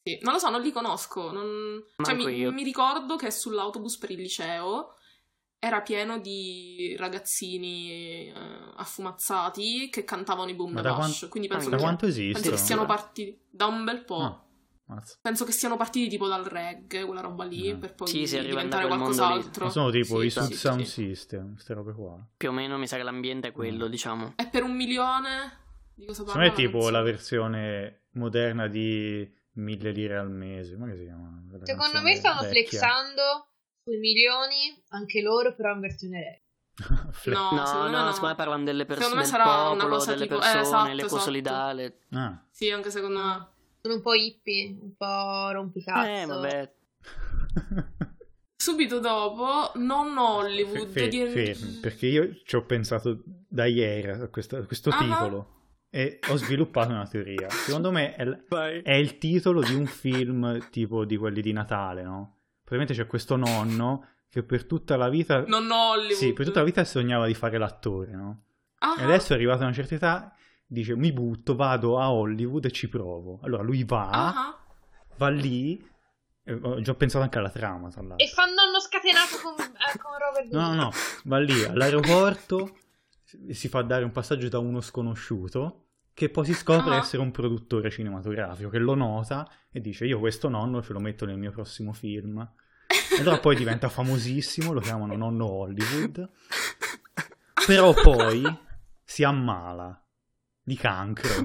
Sì, non lo so, non li conosco. Non... Cioè, Manco mi, io. mi ricordo che sull'autobus per il liceo era pieno di ragazzini eh, affumazzati che cantavano i Boom Ma da, Bash. quan- Quindi penso Ah, da che, quanto penso esistono? che siano partiti da un bel po'. Ah, mazza. Penso che siano partiti tipo dal reggae, quella roba lì, Mm. per poi Sì, si arriva da diventare quel mondo lì. qualcos'altro. Ma sono tipo Sì, i sì, Sud sì, Sound sì. System, queste robe qua. Più o meno mi sa che l'ambiente è quello, Mm. diciamo. E per un milione di cosa Secondo parla? me è tipo non so. la versione moderna di mille lire al mese. Ma che si chiama? Quella Secondo canzone me stanno vecchia. flexando sui milioni, anche loro, però in versione reggae. Fle- No, No, secondo me no, no. secondo me parlano delle persone, Secondo me del sarà una popolo, cosa delle tipo- eh, persone, esatto, l'eco esatto. solidale. Ah. Sì, anche secondo me. Sono un po' hippie, un po' rompicazzo. Eh, vabbè. Subito dopo, non Hollywood. Fe- fe- di- fermi, perché io ci ho pensato da ieri a questo, a questo Ah. titolo e ho sviluppato una teoria. Secondo me è, l- Vai. è il titolo di un film tipo di quelli di Natale, no? Probabilmente c'è questo nonno che per tutta la vita... Non Hollywood. Sì, per tutta la vita sognava di fare l'attore, no? Ah, E adesso è arrivato a una certa età, dice mi butto, vado a Hollywood e ci provo. Allora lui va, ah, va lì, e ho già pensato anche alla trama, tra l'altro. E fanno hanno scatenato con, eh, con Robert De No, no, Niro. no, va lì all'aeroporto, si fa dare un passaggio da uno sconosciuto, che poi si scopre Ah. essere un produttore cinematografico, che lo nota e dice io questo nonno ce lo metto nel mio prossimo film. E allora poi diventa famosissimo, lo chiamano nonno Hollywood, però poi si ammala di cancro,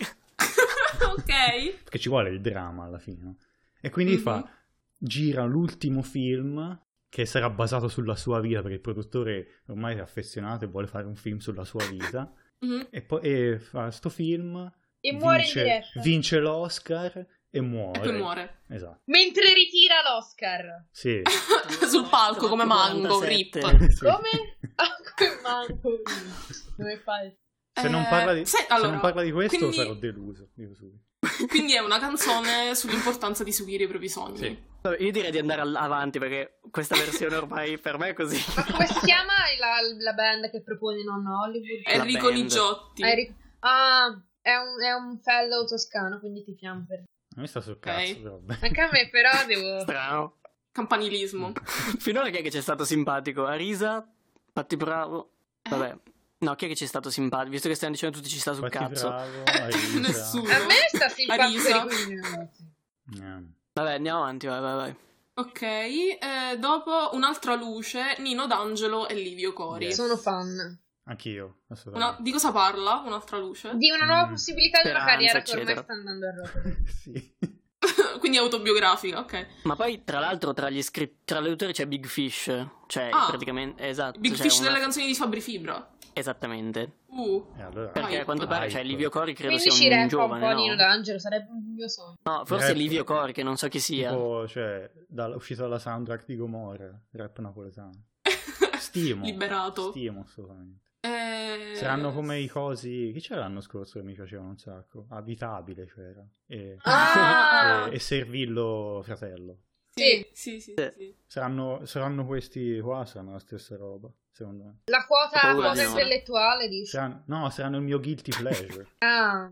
ok. perché ci vuole il dramma alla fine, no? E quindi Mhm. fa, gira l'ultimo film che sarà basato sulla sua vita, perché il produttore ormai è affezionato e vuole fare un film sulla sua vita, Mhm. e poi e fa sto film, E muore in vince, diretta. vince l'Oscar e muore. E poi muore. Esatto, Mentre ritira l'Oscar. sì. Sul palco come Mango, Rip. quarantasette. Sì. Come? Ah, come manco. Come fai? Se, non Eh, parla di, sai, se allora, non parla di questo quindi- sarò deluso, dico subito. Quindi è una canzone sull'importanza di seguire i propri sogni. Sì. Vabbè, io direi di andare all- avanti perché questa versione ormai per me è così. Ma come si chiama la, la band che propone Nonno Hollywood? La Enrico band. Nigiotti. Ah, Enrico- Ah, è un, è un fellow toscano, quindi ti chiamo per... A me sta sul Ok. cazzo, però. vabbè. Anche a me però devo... Strano. Campanilismo. Finora chi è che c'è stato simpatico? Arisa? Patti Bravo? Eh? Vabbè. No, chi è che ci è stato simpatico? Visto che stiamo dicendo tutti ci sta sul Fatti cazzo. bravo, Arisa. Nessuno. A me sta simpatico Arisa. di quelli ragazzi. Eh. Vabbè, andiamo avanti, vai, vai, vai. Ok, eh, dopo un'altra luce, Nino D'Angelo e Livio Cori. Yes. Sono fan. Anch'io, Una- assolutamente. di cosa parla un'altra luce? Di una nuova Mm. possibilità di una Speranza, carriera che ormai eccetera. sta andando a rotolo. Sì. Quindi autobiografica, ok. Ma poi, tra l'altro, tra gli script- tra le autori c'è Big Fish. Cioè, Ah. praticamente, esatto. Big cioè Fish una- delle canzoni di Fabri Fibra. Esattamente. Uh. E allora, Perché a quanto pare, cioè, Hype. Livio Cori credo Quindi ci sia un rappa un giovane, po' no? Nino D'Angelo, sarebbe un mio sogno. No, forse Rap. Livio Cori, che non so chi sia. Tipo, cioè, dalla, uscita dalla soundtrack di Gomorra, rap napoletano. Stimo. Liberato. Stimo, assolutamente. Eh... Saranno come i cosi... Chi c'era l'anno scorso che mi piacevano un sacco? Abitabile c'era. E, Ah! e, e Servillo fratello. Sì, sì, sì, Sì. sì. Saranno, saranno questi qua, saranno la stessa roba, secondo me. La quota, Ho paura quota di no. intellettuale, dici? Saranno, no, saranno il mio guilty pleasure. Ah,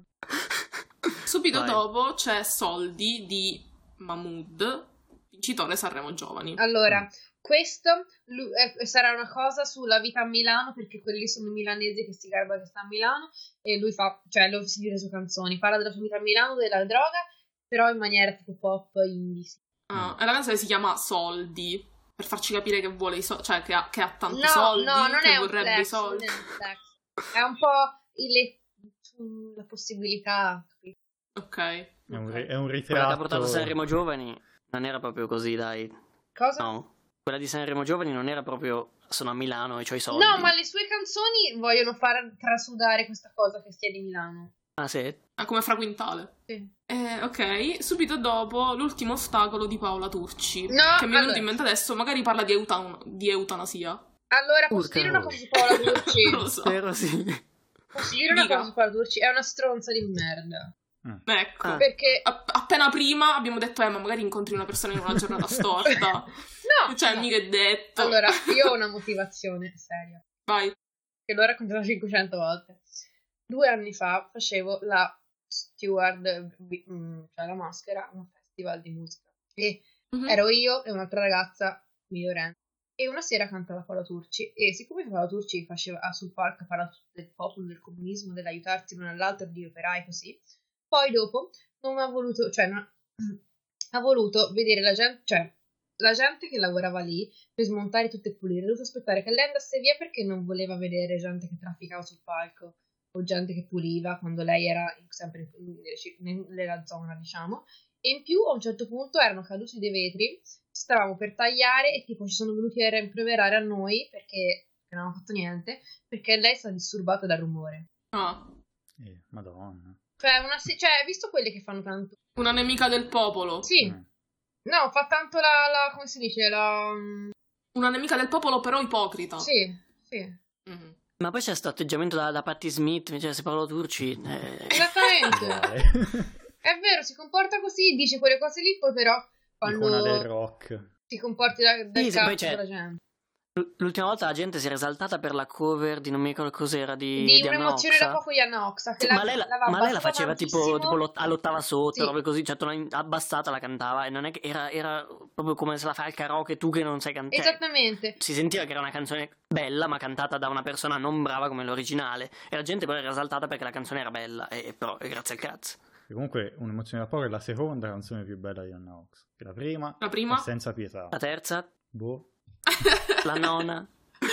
Subito Vai. dopo c'è Soldi di Mahmood, vincitore Sanremo Giovani. allora, questo lu- eh, sarà una cosa sulla vita a Milano, perché quelli sono milanesi che si garba che sta a Milano, e lui fa, cioè lui si dire su canzoni, parla della sua vita a Milano, della droga, però in maniera tipo pop indie. Ah, e la canzone si chiama Soldi, per farci capire che vuole i soldi, cioè che ha, che ha tanti No, soldi, no, non che è un vorrebbe flex, i soldi. non è un flex. È un po' il- la possibilità. Ok. È un, ok. ri- è un Quella che ritratto... ha portato Sanremo Giovani non era proprio così, dai. Cosa? No. Quella di Sanremo Giovani non era proprio sono a Milano e c'ho i soldi. No, ma le sue canzoni vogliono far trasudare questa cosa che stia di Milano. Ah, sì? Ah, come Fra Quintale. Sì. Eh, ok, subito dopo l'ultimo ostacolo di Paola Turci, No, che mi è venuto allora- in mente adesso, magari parla di, eutan- di eutanasia. Allora, posso Urca. dire una cosa su Paola Turci? Non lo so. Spero sì. Posso dire una Dica. cosa su Paola Turci? È una stronza di merda. Ecco. Ah. Perché... A- appena prima abbiamo detto, eh, ma magari incontri una persona in una giornata storta. No! Cioè, no. mica è detto. Allora, io ho una motivazione seria, Vai. che l'ho raccontata cinquecento volte. Due anni fa facevo la steward, mm, cioè la maschera, a una festa. festival di musica. E Mhm. ero io e un'altra ragazza migliorenne. E una sera cantava Paola Turci. E siccome Paola Turci faceva ah, sul palco parlava del popolo, del comunismo, dell'aiutarsi l'uno all'altro, di operai, così. Poi dopo non ha voluto, cioè non, ha voluto vedere la gente, cioè la gente che lavorava lì per smontare tutto e pulire. Ha dovuto aspettare che lei andasse via perché non voleva vedere gente che trafficava sul palco o gente che puliva quando lei era in- sempre in- in- nella zona, diciamo. E in più a un certo punto erano caduti dei vetri, stavamo per tagliare e tipo ci sono venuti a rimproverare a noi perché non avevamo fatto niente, perché lei sta disturbata dal rumore. Ah, Eh, Madonna. Cioè, una se- cioè, hai visto quelle che fanno tanto? una nemica del popolo. Sì, Eh. no, fa tanto la, la come si dice, la... Una nemica del popolo però ipocrita. Sì, sì. Mhm. Ma poi c'è questo atteggiamento da, da Patti Smith, cioè se Paolo Turci... eh, Esattamente. Uguale. È vero, si comporta così, dice quelle cose lì, poi però Icona del quando rock. si comporti da, del Sì, sì, poi cazzo c'è- della gente. L'ultima volta la gente si era esaltata per la cover di non mi ricordo cos'era, di, Di di un'emozione Anna da Oxa. poco di Anna Oxa, che Sì, la, ma lei la, l'aveva ma lei la abbassata faceva tipo, tantissimo. tipo l'ott- all'ottava sotto, Sì. robe così, cioè tu l'hai abbassata, la cantava e non è che era, era proprio come se la fai al karaoke tu che non sai cantare. Esattamente. Si sentiva che era una canzone bella ma cantata da una persona non brava come l'originale e la gente poi era esaltata perché la canzone era bella e, e però e grazie al cazzo. E comunque un'emozione da poco è la seconda canzone più bella di Anna Ox. Che la prima, La prima? è Senza pietà. La terza, Boh. la nona.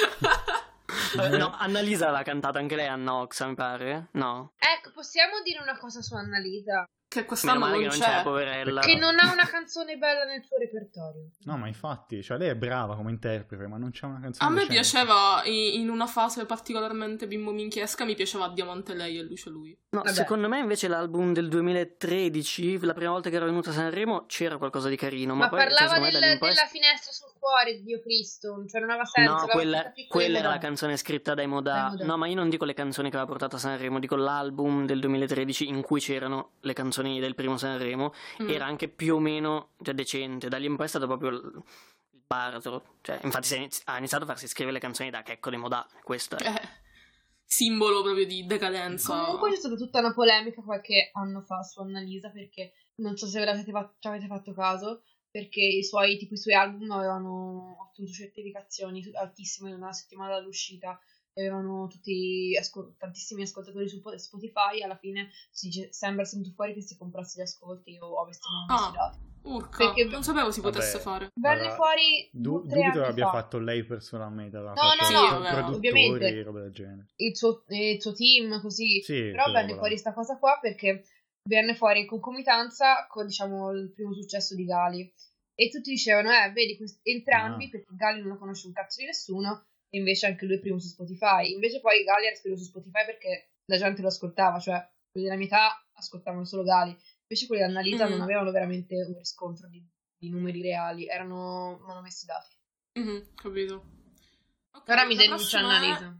Vabbè, no, Annalisa l'ha cantata anche lei, Anna Oxa mi pare, no? Ecco, possiamo dire una cosa su Annalisa? Che Meno quest'anno male non che non c'è. c'è, poverella. Che non ha una canzone bella nel suo repertorio. No, ma infatti, cioè lei è brava come interprete, ma non c'è una canzone A me decente. piaceva, i- in una fase particolarmente bimbo minchiesca, mi piaceva Diamante lei e Luce lui. No, Vabbè. secondo me invece l'album del duemilatredici, la prima volta che ero venuto a Sanremo, c'era qualcosa di carino. Ma, Ma poi, cioè, parlava secondo me, del- da lì in poi- della finestra sul cuore, Dio Cristo, cioè non aveva senso. No, aveva quella, fatto piccola quella era Modà. la canzone scritta dai Modà. Dai Modà. No, ma io non dico le canzoni che aveva portato a Sanremo, dico l'album del duemilatredici in cui c'erano le canzoni del primo Sanremo. Mm. Era anche più o meno cioè, decente. Da lì in poi è stato proprio il il baratro. Cioè, infatti si è inizi- ha iniziato a farsi scrivere le canzoni da Checco dei Modà. Questo è. Eh, simbolo proprio di decadenza. Comunque c'è stata tutta una polemica qualche anno fa su Annalisa perché non so se ve l'avete fatto, ci avete fatto caso, perché i suoi, tipo, i suoi album avevano ottenuto certificazioni altissime in una settimana dall'uscita e avevano tutti ascol- tantissimi ascoltatori su Po- Spotify. Alla fine si dice- sembra sempre fuori che si comprasse gli ascolti o avesse Ah. messi i dati. Urca, Perché- non sapevo si Vabbè. potesse fare. Venne Allora, fuori Du- due, tre dubito che anni abbia fa. fatto lei personalmente, aveva No, fatto no, Sì, no, vabbè, produttori ovviamente. e roba del genere. il suo, eh, il suo team, così. Sì, Però sì, venne voilà. fuori sta cosa qua perché venne fuori in concomitanza con, diciamo, il primo successo di Gali. E tutti dicevano, eh, vedi, quest- entrambi, Ah. perché Gali non lo conosce un cazzo di nessuno, e invece anche lui è primo su Spotify. Invece poi Gali era primo su Spotify perché la gente lo ascoltava, cioè quelli della mia età ascoltavano solo Gali. Invece quelli di Annalisa Mm. non avevano veramente un riscontro di, di numeri reali, erano monomessi dati. Mhm, capito. Ok, Ora mi la denuncia prossima è Annalisa.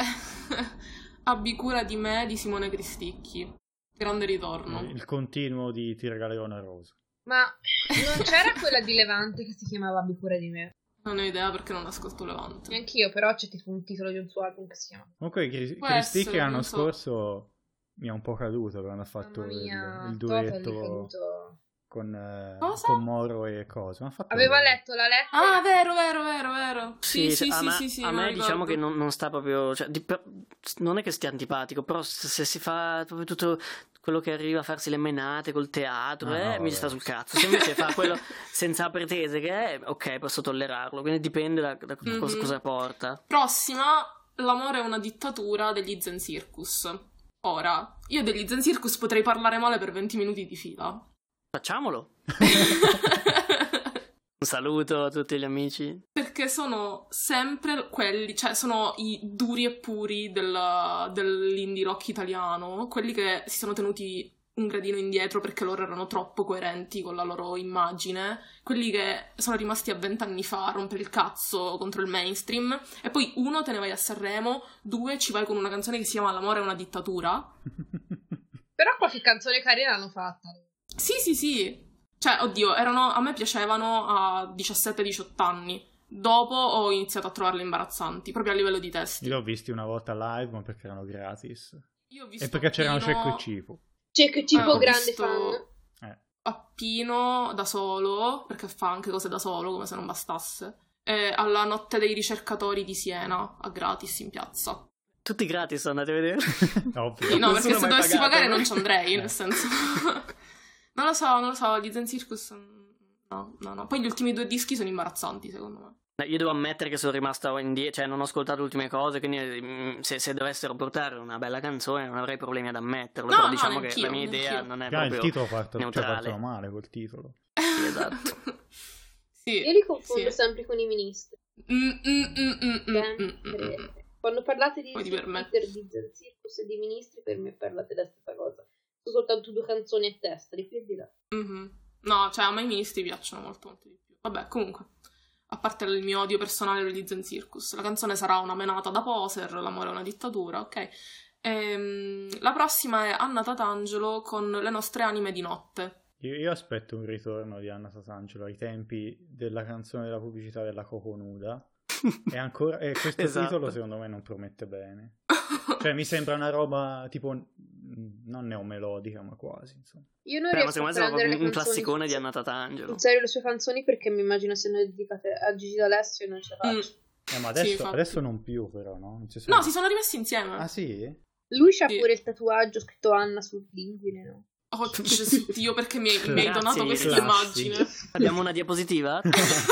Abbi cura di me di Simone Cristicchi. Grande ritorno. Il continuo di Ti regalerò una rosa. Ma non c'era quella di Levante che si chiamava Abbi cura di me? Non ho idea perché non ascolto Levante. Neanch'io, però c'è tipo un titolo di un suo album che si chiama. Comunque Cris- Può Cristicchi essere, l'anno non so. scorso mi ha un po' caduto quando ha fatto Mamma il, mia, il Total è duetto caduto. con, eh, Cosa? con Moro e cosa. Ma ha fatto Aveva bene. letto la lettera. Ah, vero, vero, vero, vero. Sì, sì, a sì, me, sì, sì, a me me lo diciamo ricordo. che non, non sta proprio, cioè, di- per- non è che stia antipatico, però se, se si fa proprio tutto quello che arriva a farsi le menate col teatro, Ah, eh, no, mi vabbè. sta sul cazzo. Se invece fa quello senza pretese che è, ok, posso tollerarlo, quindi dipende da, da cosa, Mhm. cosa porta. Prossima, L'amore è una dittatura degli Zen Circus. Ora, io degli Zen Circus potrei parlare male per venti minuti di fila. Facciamolo. Un saluto a tutti gli amici. Perché sono sempre quelli, cioè sono i duri e puri del- dell'indie rock italiano, quelli che si sono tenuti un gradino indietro perché loro erano troppo coerenti con la loro immagine, quelli che sono rimasti a vent'anni fa a rompere il cazzo contro il mainstream, e poi uno, te ne vai a Sanremo, due, ci vai con una canzone che si chiama L'amore è una dittatura. Però qualche canzone carina l'hanno fatta. Sì, sì, sì. Cioè, oddio, erano, a me piacevano a diciassette diciotto anni. Dopo ho iniziato a trovarle imbarazzanti, proprio a livello di testi. Io l'ho visti una volta live, ma perché erano gratis. Io ho visto E perché c'erano Pino- Cecco e Cipo. C'è che tipo Eh, ho grande visto- fan. Eh. a Pino da solo, perché fa anche cose da solo, come se non bastasse, e alla Notte dei ricercatori di Siena, a gratis in piazza. Tutti gratis, andate a vedere. Ovvio. Sì, no, Nessuno perché se mai dovessi pagato, pagare no? non ci andrei, nel senso... non lo so, non lo so, gli Zen Circus... No, no, no. Poi gli ultimi due dischi sono imbarazzanti, secondo me. Io devo ammettere che sono rimasto indietro, cioè non ho ascoltato le ultime cose, quindi mm, se, se dovessero portare una bella canzone non avrei problemi ad ammetterlo, No, però no, diciamo che neanch'io, la mia idea neanch'io. non è Ah, il proprio titolo fatto, cioè, neutrale. fatto male col titolo. Sì, esatto. Sì. Io li confondo sì. sempre con i ministri. Mm, mm, mm, mm, mm, Sempre. mm, mm, mm. Quando parlate di Poi ti permetto. Twitter, di Zen Circus e di ministri, per me parlate della stessa cosa. Sono soltanto due canzoni a testa, di qui e di là. Mm-hmm. No, cioè a me i ministri piacciono molto molto di più. Vabbè, comunque, a parte il mio odio personale per gli Zen Circus, la canzone sarà una menata da poser, l'amore è una dittatura, ok? Ehm, la prossima è Anna Tatangelo con Le nostre anime di notte. Io, io aspetto un ritorno di Anna Tatangelo ai tempi della canzone della pubblicità della Coco Nuda. E ancora e questo Esatto. titolo secondo me non promette bene. Cioè mi sembra una roba tipo non neomelodica, ma quasi, insomma. Io non Beh, ma riesco a secondo me siamo prendere proprio le un canzoni classicone di Anna Tatangelo. in serio le sue canzoni, perché mi immagino siano dedicate a Gigi D'Alessio e non ce la Mm. faccio. Eh, ma Sì, adesso, infatti. adesso non più però, no? Non ci No, si sono rimessi insieme. Ah sì? Lui c'ha Sì. pure il tatuaggio scritto Anna sul pinguine, no? Oh Gesù Dio, perché mi hai, mi hai Grazie, donato questa classi. immagine? Abbiamo una diapositiva?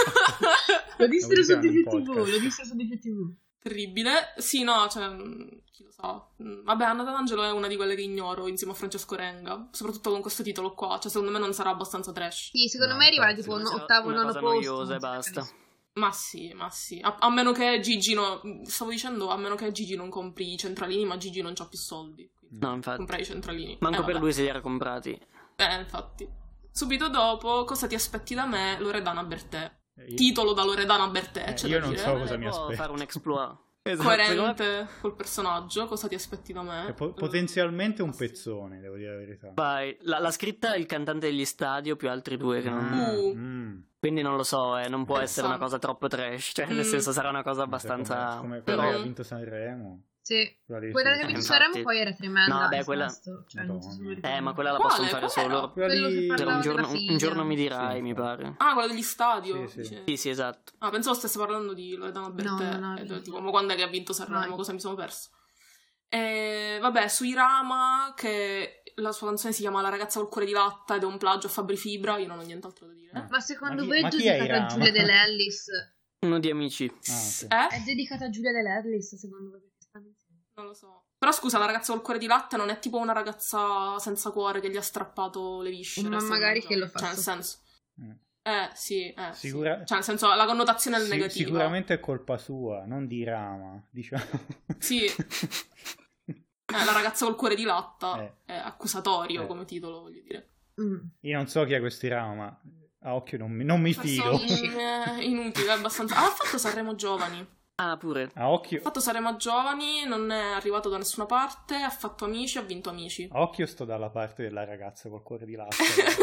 Lo dissero su D G T V, lo dissero su D G T V. Terribile. Sì, no, cioè, mh, chi lo sa. Mm, Vabbè, Anna Tatangelo è una di quelle che ignoro insieme a Francesco Renga, soprattutto con questo titolo qua. Cioè, secondo me non sarà abbastanza trash. Sì, secondo No, me arriva infatti, tipo sì, un una ottavo, cosa nono posto. noiosa e non so, basta. capisco. Ma sì, ma sì. A, a meno che Gigi no, stavo dicendo, a meno che Gigi non compri i centralini, ma Gigi non c'ha più soldi. Quindi No, infatti. comprai i centralini. Manco Eh, per vabbè. lui se li era comprati. Eh, infatti. Subito dopo, Cosa ti aspetti da me? Loredana Bertè. Eh, io- Titolo da Loredana Bertè, Eh, c'è io da non dire. so cosa Eh, mi può aspetta. fare un exploit. Esatto, secondo me- Coerente col personaggio, cosa ti aspetti da me? È po- potenzialmente un pezzone, devo dire la verità. Vai, la- l'ha scritta il cantante degli Stadio più altri due che non... Uh. Mm. Quindi non lo so, eh, non può essere una Interessante. cosa troppo trash, cioè nel Mm. senso sarà una cosa abbastanza... Come, come però- quella che ha vinto Sanremo. Sì. Quella di- Quella che sì, ha vinto sì. Sanremo infatti. poi era tremenda. No, vabbè, nel quella- senso, cioè, non so se me lo Eh, ma quella la Quale? possono fare Qual era? solo... Quella Quello che di- parla- Per un della giorno, figlia. un giorno mi dirai, Sì, mi infatti. pare. Ah, quello degli stadio. Sì, sì. dice. Sì, sì, esatto. Ah, pensavo stesse parlando di Loredana Bertè. No, no, no, E no. tipo, ma quando è che ha vinto Sanremo? No. Cosa mi sono perso? E vabbè, su Irama, che la sua canzone si chiama La ragazza col cuore di latta ed è un plagio a Fabri Fibra, io non ho nient'altro da dire. Ah. Ma secondo Ma chi- voi ma è chi è dedicata a Irama? Giulia Dell'Ellis? Uno di amici. Ah, ok. Eh? È dedicata a Giulia Dell'Ellis, secondo voi? Perché stanno insieme? Non lo so. Però scusa, la ragazza col cuore di latte non è tipo una ragazza senza cuore che gli ha strappato le viscere. Ma se magari non che lo gioca. fa Cioè, nel so- senso... Mm. Eh, sì, eh, sì. Sicura- Cioè, nel senso, la connotazione è Sì, negativa. sicuramente è colpa sua, non di Rama, diciamo. Sì. Eh, la ragazza col cuore di latta Eh. è accusatorio Eh. come titolo, voglio dire. Mm. Io non so chi è questo Rama, ma a occhio non mi, non mi fido. Persone inutile, abbastanza. Ah, ha fatto Sanremo Giovani. Ah, pure. A occhio, Ha fatto Sanremo Giovani, non è arrivato da nessuna parte, ha fatto Amici, ha vinto Amici. a occhio sto dalla parte della ragazza col cuore di latte.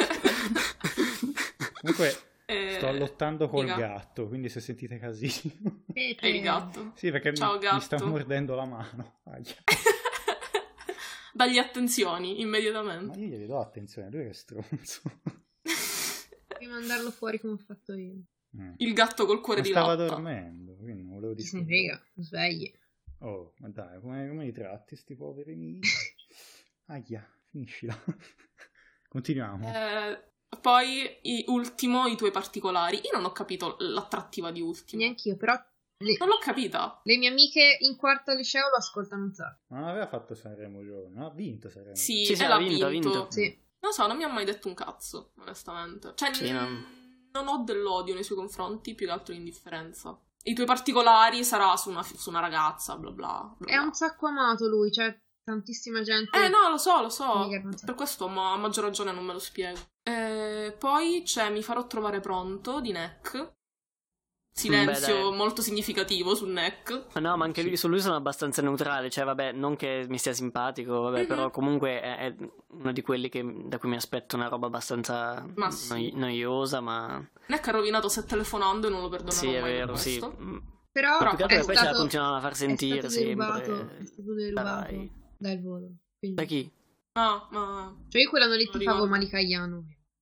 Comunque Eh, sto lottando col figa. gatto, quindi se sentite casino. E il gatto. Sì, perché mi, Ciao, mi sta gatto. mordendo la mano. Aia. Dagli attenzioni, Ma immediatamente. io gli do attenzione, lui è stronzo. Devi mandarlo fuori come ho fatto io. Mm. Il gatto col cuore Ma di stava latta. dormendo, quindi non volevo Chi se ne dire. frega, svegli. Oh, ma dai, come, come li tratti sti poveri miei? Aia, finiscila. Continuiamo. Eh, poi, i- ultimo, i tuoi particolari. Io non ho capito l'attrattiva di ultimo. Neanch'io, però le, Non l'ho capita. le mie amiche in quarto al liceo lo ascoltano un sacco. Ma non aveva fatto Sanremo Giovane, no? Ha vinto Sanremo Sì, Sì, sì, e ha l'ha vinto, vinto. ha vinto. Sì. Non so, non mi ha mai detto un cazzo, onestamente. Cioè, Sì, n- no. non ho dell'odio nei suoi confronti, più che altro l'indifferenza. I tuoi particolari sarà su una, su una ragazza, bla bla. bla È un sacco amato lui, cioè tantissima gente. Eh no, lo so, lo so. Mica non so. Per questo ma a maggior ragione non me lo spiego. Eh, poi c'è Mi farò trovare pronto di Neck. Silenzio Beh, dai. molto significativo su Neck. Ma no, ma anche lui, su lui sono abbastanza neutrale, cioè vabbè, non che mi stia simpatico, vabbè, Mhm. però comunque è, è uno di quelli che, da cui mi aspetto una roba abbastanza Ma sì. noi- noiosa, ma Neck ha rovinato Se telefonando e non lo perdonerò sì, è mai per vero, sì. questo. Mm. Però Però Più che altro è che poi ce la stato, continuano a far sentire è stato derubato, sempre. è stato derubato Dai. dal volo. Quindi- Da chi? Ah, ma... Cioè io quell'anno lì Non tifavo ricordo. Malika Ayano.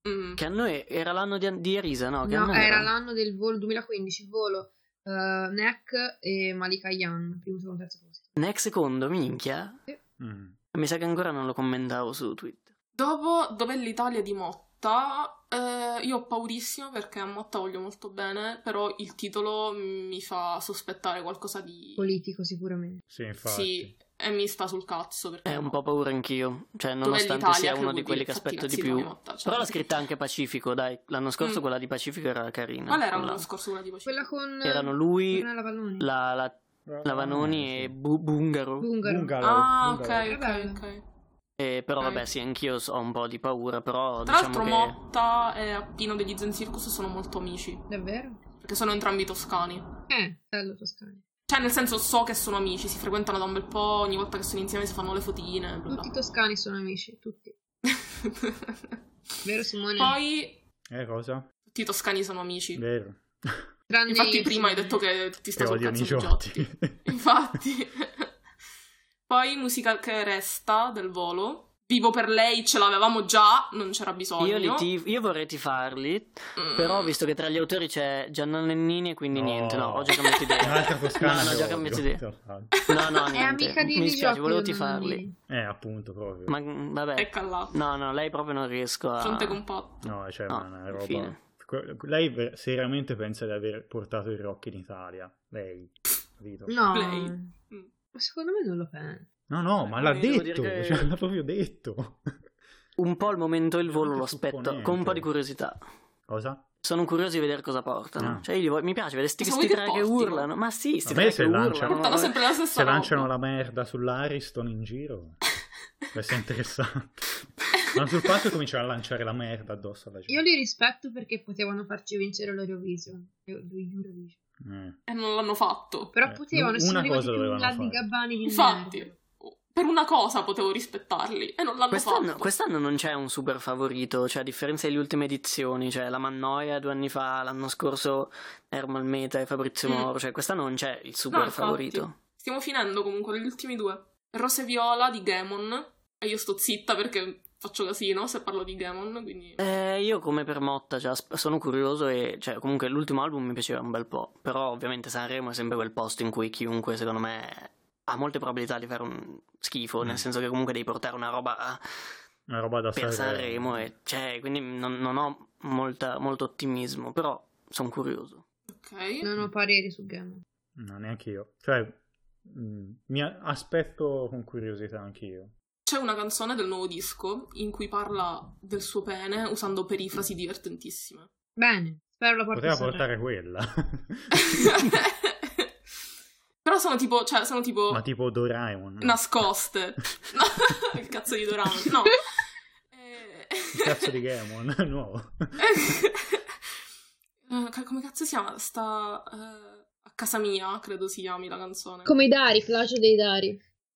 Mm. Che a noi era l'anno di, di Arisa, no? Che No, anno era l'anno del volo duemilaquindici, volo uh, Nek e Malika Yan, primo, secondo, terzo posto. Nek secondo, minchia. Sì. Mm. Mi sa che ancora non lo commentavo su Twitter. Dopo, dov'è l'Italia di Motta? Eh, io ho paurissimo perché a Motta voglio molto bene, però il titolo mi fa sospettare qualcosa di... Politico sicuramente. Sì, infatti. Sì, e mi sta sul cazzo perché... È un no. po' paura anch'io, cioè Dov'è nonostante l'Italia? sia Che uno vuol di quelli dire? che Fatti aspetto di cazzi più. tuoi, Motta, cioè. Però l'ha scritta anche Pacifico, dai. L'anno scorso Mm. quella di Pacifico era carina. Qual era Quella- l'anno scorso quella di Pacifico? Quella con Erano lui, Ornella Valloni. la, la, la Vanoni e Bu- Bungaro. Bungaro. Bungalow, Ah, ok, Bungalow. ok, bella. ok. Eh, però Ok. vabbè, sì, anch'io ho un po' di paura, però Tra diciamo l'altro che... Motta e Appino degli Zen Circus sono molto amici, Davvero? perché sono entrambi toscani. Eh, bello Toscani. Cioè, nel senso, so che sono amici, si frequentano da un bel po', ogni volta che sono insieme si fanno le fotine, bla bla. Tutti i toscani sono amici, tutti. Vero Simone? Poi, Eh, cosa? tutti i toscani sono amici. Vero. Tranne Infatti io, prima hai Simone. detto che ti sta Che sul odiano cazzo i di Giotti. Giotti. Infatti. Poi musica che resta del volo. Vivo per lei, ce l'avevamo già, non c'era bisogno. Io, li tif- io vorrei tifarli, Mm. però visto che tra gli autori c'è Gianna Nannini e quindi No. niente, no, ho già cambiato idea. Un'altra toscana No, no, che già odio. cambiato idea. Infatti. No, no, È niente. amica di Mi dispiace, Giotti, volevo non tifarli. Nannini. Eh, appunto, proprio. Ma mm, vabbè. È callato. No, no, lei proprio non riesco a... Fronte compatto. No, cioè, No, ma è una roba... fine. Que- Lei ver- seriamente pensa di aver portato il rock in Italia. Lei, capito? No, Lei. Mm. ma secondo me non lo pensa. No, no, ma l'ha Eh, devo detto, dire che- cioè, l'ha proprio detto. Un po' al momento il volo Anche lo aspetto, supponente. con un po' di curiosità. Cosa? Sono curioso di vedere cosa portano. Ah. Cioè, io li voglio- mi piace vedere sti, Cosa sti vuoi tre che che portino? urlano. Ma sì, sti Vabbè, tre se che lanciano- urlano. Portano sempre la stessa Se roba. lanciano la merda sull'Ariston in giro, può essere interessante. Ma sul palco cominciano a lanciare la merda addosso alla gente. Io li rispetto perché potevano farci vincere l'Eurovision. Eurovision. Eh. E non l'hanno fatto. Però Eh, potevano, una sono arrivati cosa più dovevano Lady fare. Gabbani di Infatti, merda. per una cosa potevo rispettarli e non l'hanno Quest'anno, fatto. quest'anno non c'è un super favorito, cioè a differenza delle ultime edizioni, cioè la Mannoia due anni fa, l'anno scorso Ermal Meta e Fabrizio Mm. Moro, cioè quest'anno non c'è il super No, infatti. favorito. Stiamo finendo comunque gli ultimi due. Rose Viola di Gamon. E io sto zitta perché faccio casino se parlo di Gamon, quindi... Eh, io come per Motta cioè, asp- sono curioso e cioè, comunque l'ultimo album mi piaceva un bel po', però ovviamente Sanremo è sempre quel posto in cui chiunque secondo me ha molte probabilità di fare un schifo, Mm. nel senso che comunque devi portare una roba Una roba da per Sanremo. Sanremo e cioè, quindi non, non ho molta, molto ottimismo, però sono curioso. Ok. Non ho pareri su Gamma. No, neanche io. Cioè, mh, mi a- aspetto con curiosità anch'io. C'è una canzone del nuovo disco in cui parla del suo pene usando perifrasi divertentissime. Bene, spero la porti Poteva a Sanremo. portare quella. Però sono tipo, cioè, sono tipo Ma tipo Doraemon. no? nascoste. No, il cazzo di Doraemon, no. Eh, Il cazzo di Gamon, nuovo. Eh, come cazzo si chiama? Sta eh, a casa mia, credo si chiami la canzone. Come i Dari, Flash dei Dari.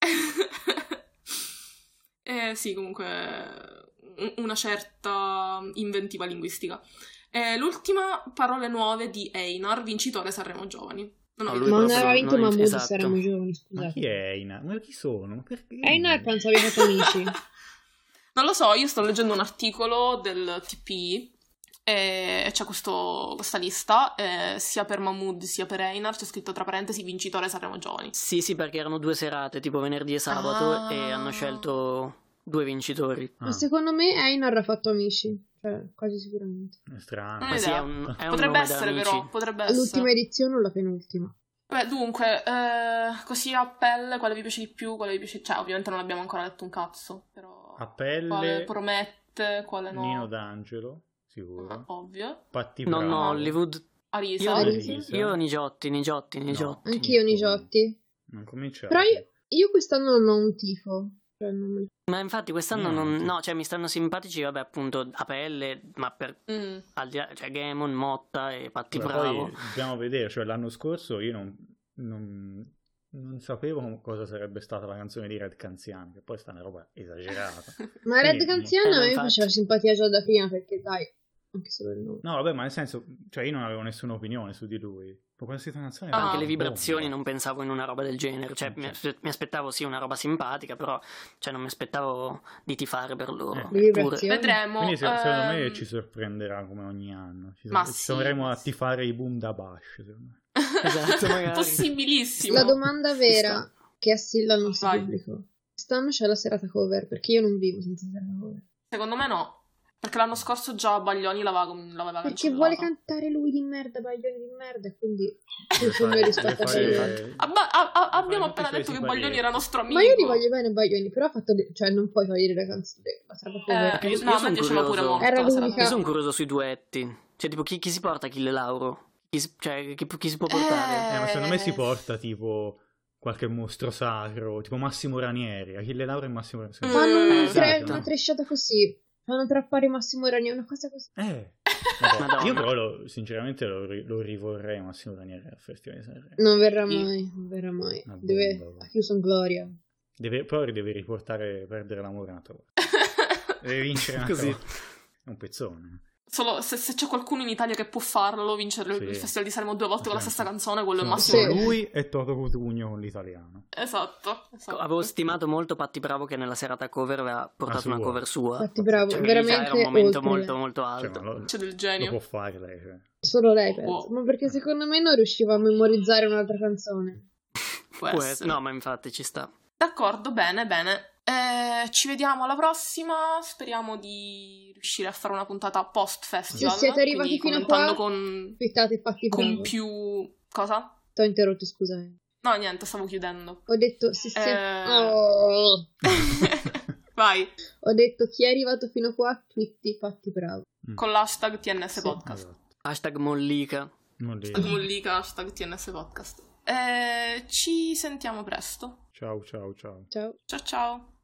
Eh, sì, comunque un- una certa inventiva linguistica. Eh, l'ultima, Parole nuove di Einar, vincitore Sanremo Giovani. Non ho No, idea. lui Ma non proprio aveva vinto non- Mahmood, esatto. saremmo giovani, Ma scusate. chi è Einar? Ma chi sono? Perché? Einar penso abbia fatto amici. Non lo so, io sto leggendo un articolo del T P I e c'è questo- questa lista, eh, sia per Mahmood sia per Einar, c'è scritto tra parentesi vincitore Sanremo Giovani. Sì, sì, perché erano due serate, tipo venerdì e sabato, Ah. e hanno scelto due vincitori. Ah, Ma secondo me Einar ha fatto amici. Cioè, quasi sicuramente. è strano. Non ho Ma sì, idea. è un, è un Potrebbe nome da essere amici. però, potrebbe essere. L'ultima edizione o la penultima? Beh, dunque, eh, così a pelle, quale vi piace di più, quale vi piace... Cioè, ovviamente non abbiamo ancora letto un cazzo, però... A pelle, Quale promette, quale no. Nino D'Angelo, Ah, sicuro. ovvio. Patti No, Bravo. no, Hollywood. Arisa. Io, Arisa. io Nigiotti, Nigiotti, Nigiotti. Anch'io Nigiotti. Non cominciare. Però io, io quest'anno non ho un tifo. Cioè, non me- Ma infatti quest'anno non... Niente. No, cioè mi stanno simpatici, vabbè, appunto, a pelle, ma per... Mm. Al di là, cioè Gamon, Motta e Patti Ma Bravo. poi dobbiamo vedere, cioè l'anno scorso io non, non, non sapevo cosa sarebbe stata la canzone di Red Canziani, che poi sta una roba esagerata. Ma Red Sì, Canziano eh, a me infatti. faceva simpatia già da prima, perché dai, anche solo il nome. No, vabbè, ma nel senso, cioè io non avevo nessuna opinione su di lui. Ma questa canzone Ah. era Anche le una vibrazioni bomba. non pensavo in una roba del genere, cioè mi, mi aspettavo sì una roba simpatica, però cioè non mi aspettavo di tifare per loro. Eh. Le Eppure- vibrazioni. Vedremo. Quindi se- secondo me ehm, ci sorprenderà come ogni anno. Ci, Ma ci sì, troveremo ma a sì. tifare i boom da Bash, secondo me. Esatto, magari. Possibilissimo. La domanda vera che assilla il nostro Vai. pubblico. Quest'anno c'è la serata cover, perché io non vivo senza serata cover. Secondo me no. Perché l'anno scorso già Baglioni l'aveva, l'aveva Perché cancellata. vuole cantare lui di merda, Baglioni di merda, e quindi Deve tutto il mio fare- rispetto a deve Baglioni. fare- Abba- a- a- deve abbiamo fare appena tutti i detto che suoi Baglioni siparietti. era nostro amico. Ma io li voglio bene Baglioni, però ha fatto de- cioè non puoi togliere la canzone, la serata cover. Eh, Perché io, no, io a me sono piaceva pure curioso. molto. Era la serata l'unica- Io cover. sono curioso sui duetti. Cioè, tipo, chi, chi si porta Achille Lauro? Chi, si- cioè, chi, chi si può portare? Eh, ma secondo me si Eh. porta tipo qualche mostro sacro, tipo Massimo Ranieri, Achille Lauro e Massimo Ranieri. Mm, Fanno una, esatto. tre- una tresciata così. Fanno trappare Massimo Ranieri, una cosa così. Eh, vabbè, Madonna. io però lo- sinceramente lo, ri- lo rivorrei Massimo Ranieri al Festival di Sanremo. Non verrà Sì. mai, non verrà mai. Una Deve, bomba. ha chiuso in gloria. Deve, poi deve riportare perdere l'amore una trova. Deve vincere una Così. trova. È un pezzone. Solo se, se c'è qualcuno in Italia che può farlo, vincere Sì. il Festival di Sanremo due volte con la Sì. stessa canzone, quello è Sono- Massimo. Sì. sono lui e Toto Cutugno con l'italiano. Esatto, esatto. Avevo stimato molto Patti Bravo che nella serata cover aveva portato Ah, una sua. cover sua. Infatti bravo, Cioè, veramente era un momento oltre. molto molto Cioè, alto. ma lo, C'è del lo genio. può fare lei. Cioè. Solo lei penso. Wow. Ma perché secondo me non riusciva a memorizzare un'altra canzone. Può Può essere. essere. No, ma infatti ci sta. D'accordo, bene, bene. Eh, ci vediamo alla prossima. Speriamo di riuscire a fare una puntata post festival. Se siete arrivati quindi fino commentando qua, con, Twittate Patti con Bravo. più. Cosa? T'ho interrotto, scusami. No, niente, stavo chiudendo. Ho detto se siete... Eh. Oh. Vai, Ho detto chi è arrivato fino qua, twitti Patti Bravo. con l'hashtag T N S Sì. Podcast. Esatto. Hashtag Mollica. Non li- Hashtag Mollica, hashtag T N S Podcast. Eh, ci sentiamo presto. Ciao, ciao, ciao. Ciao. Ciao ciao.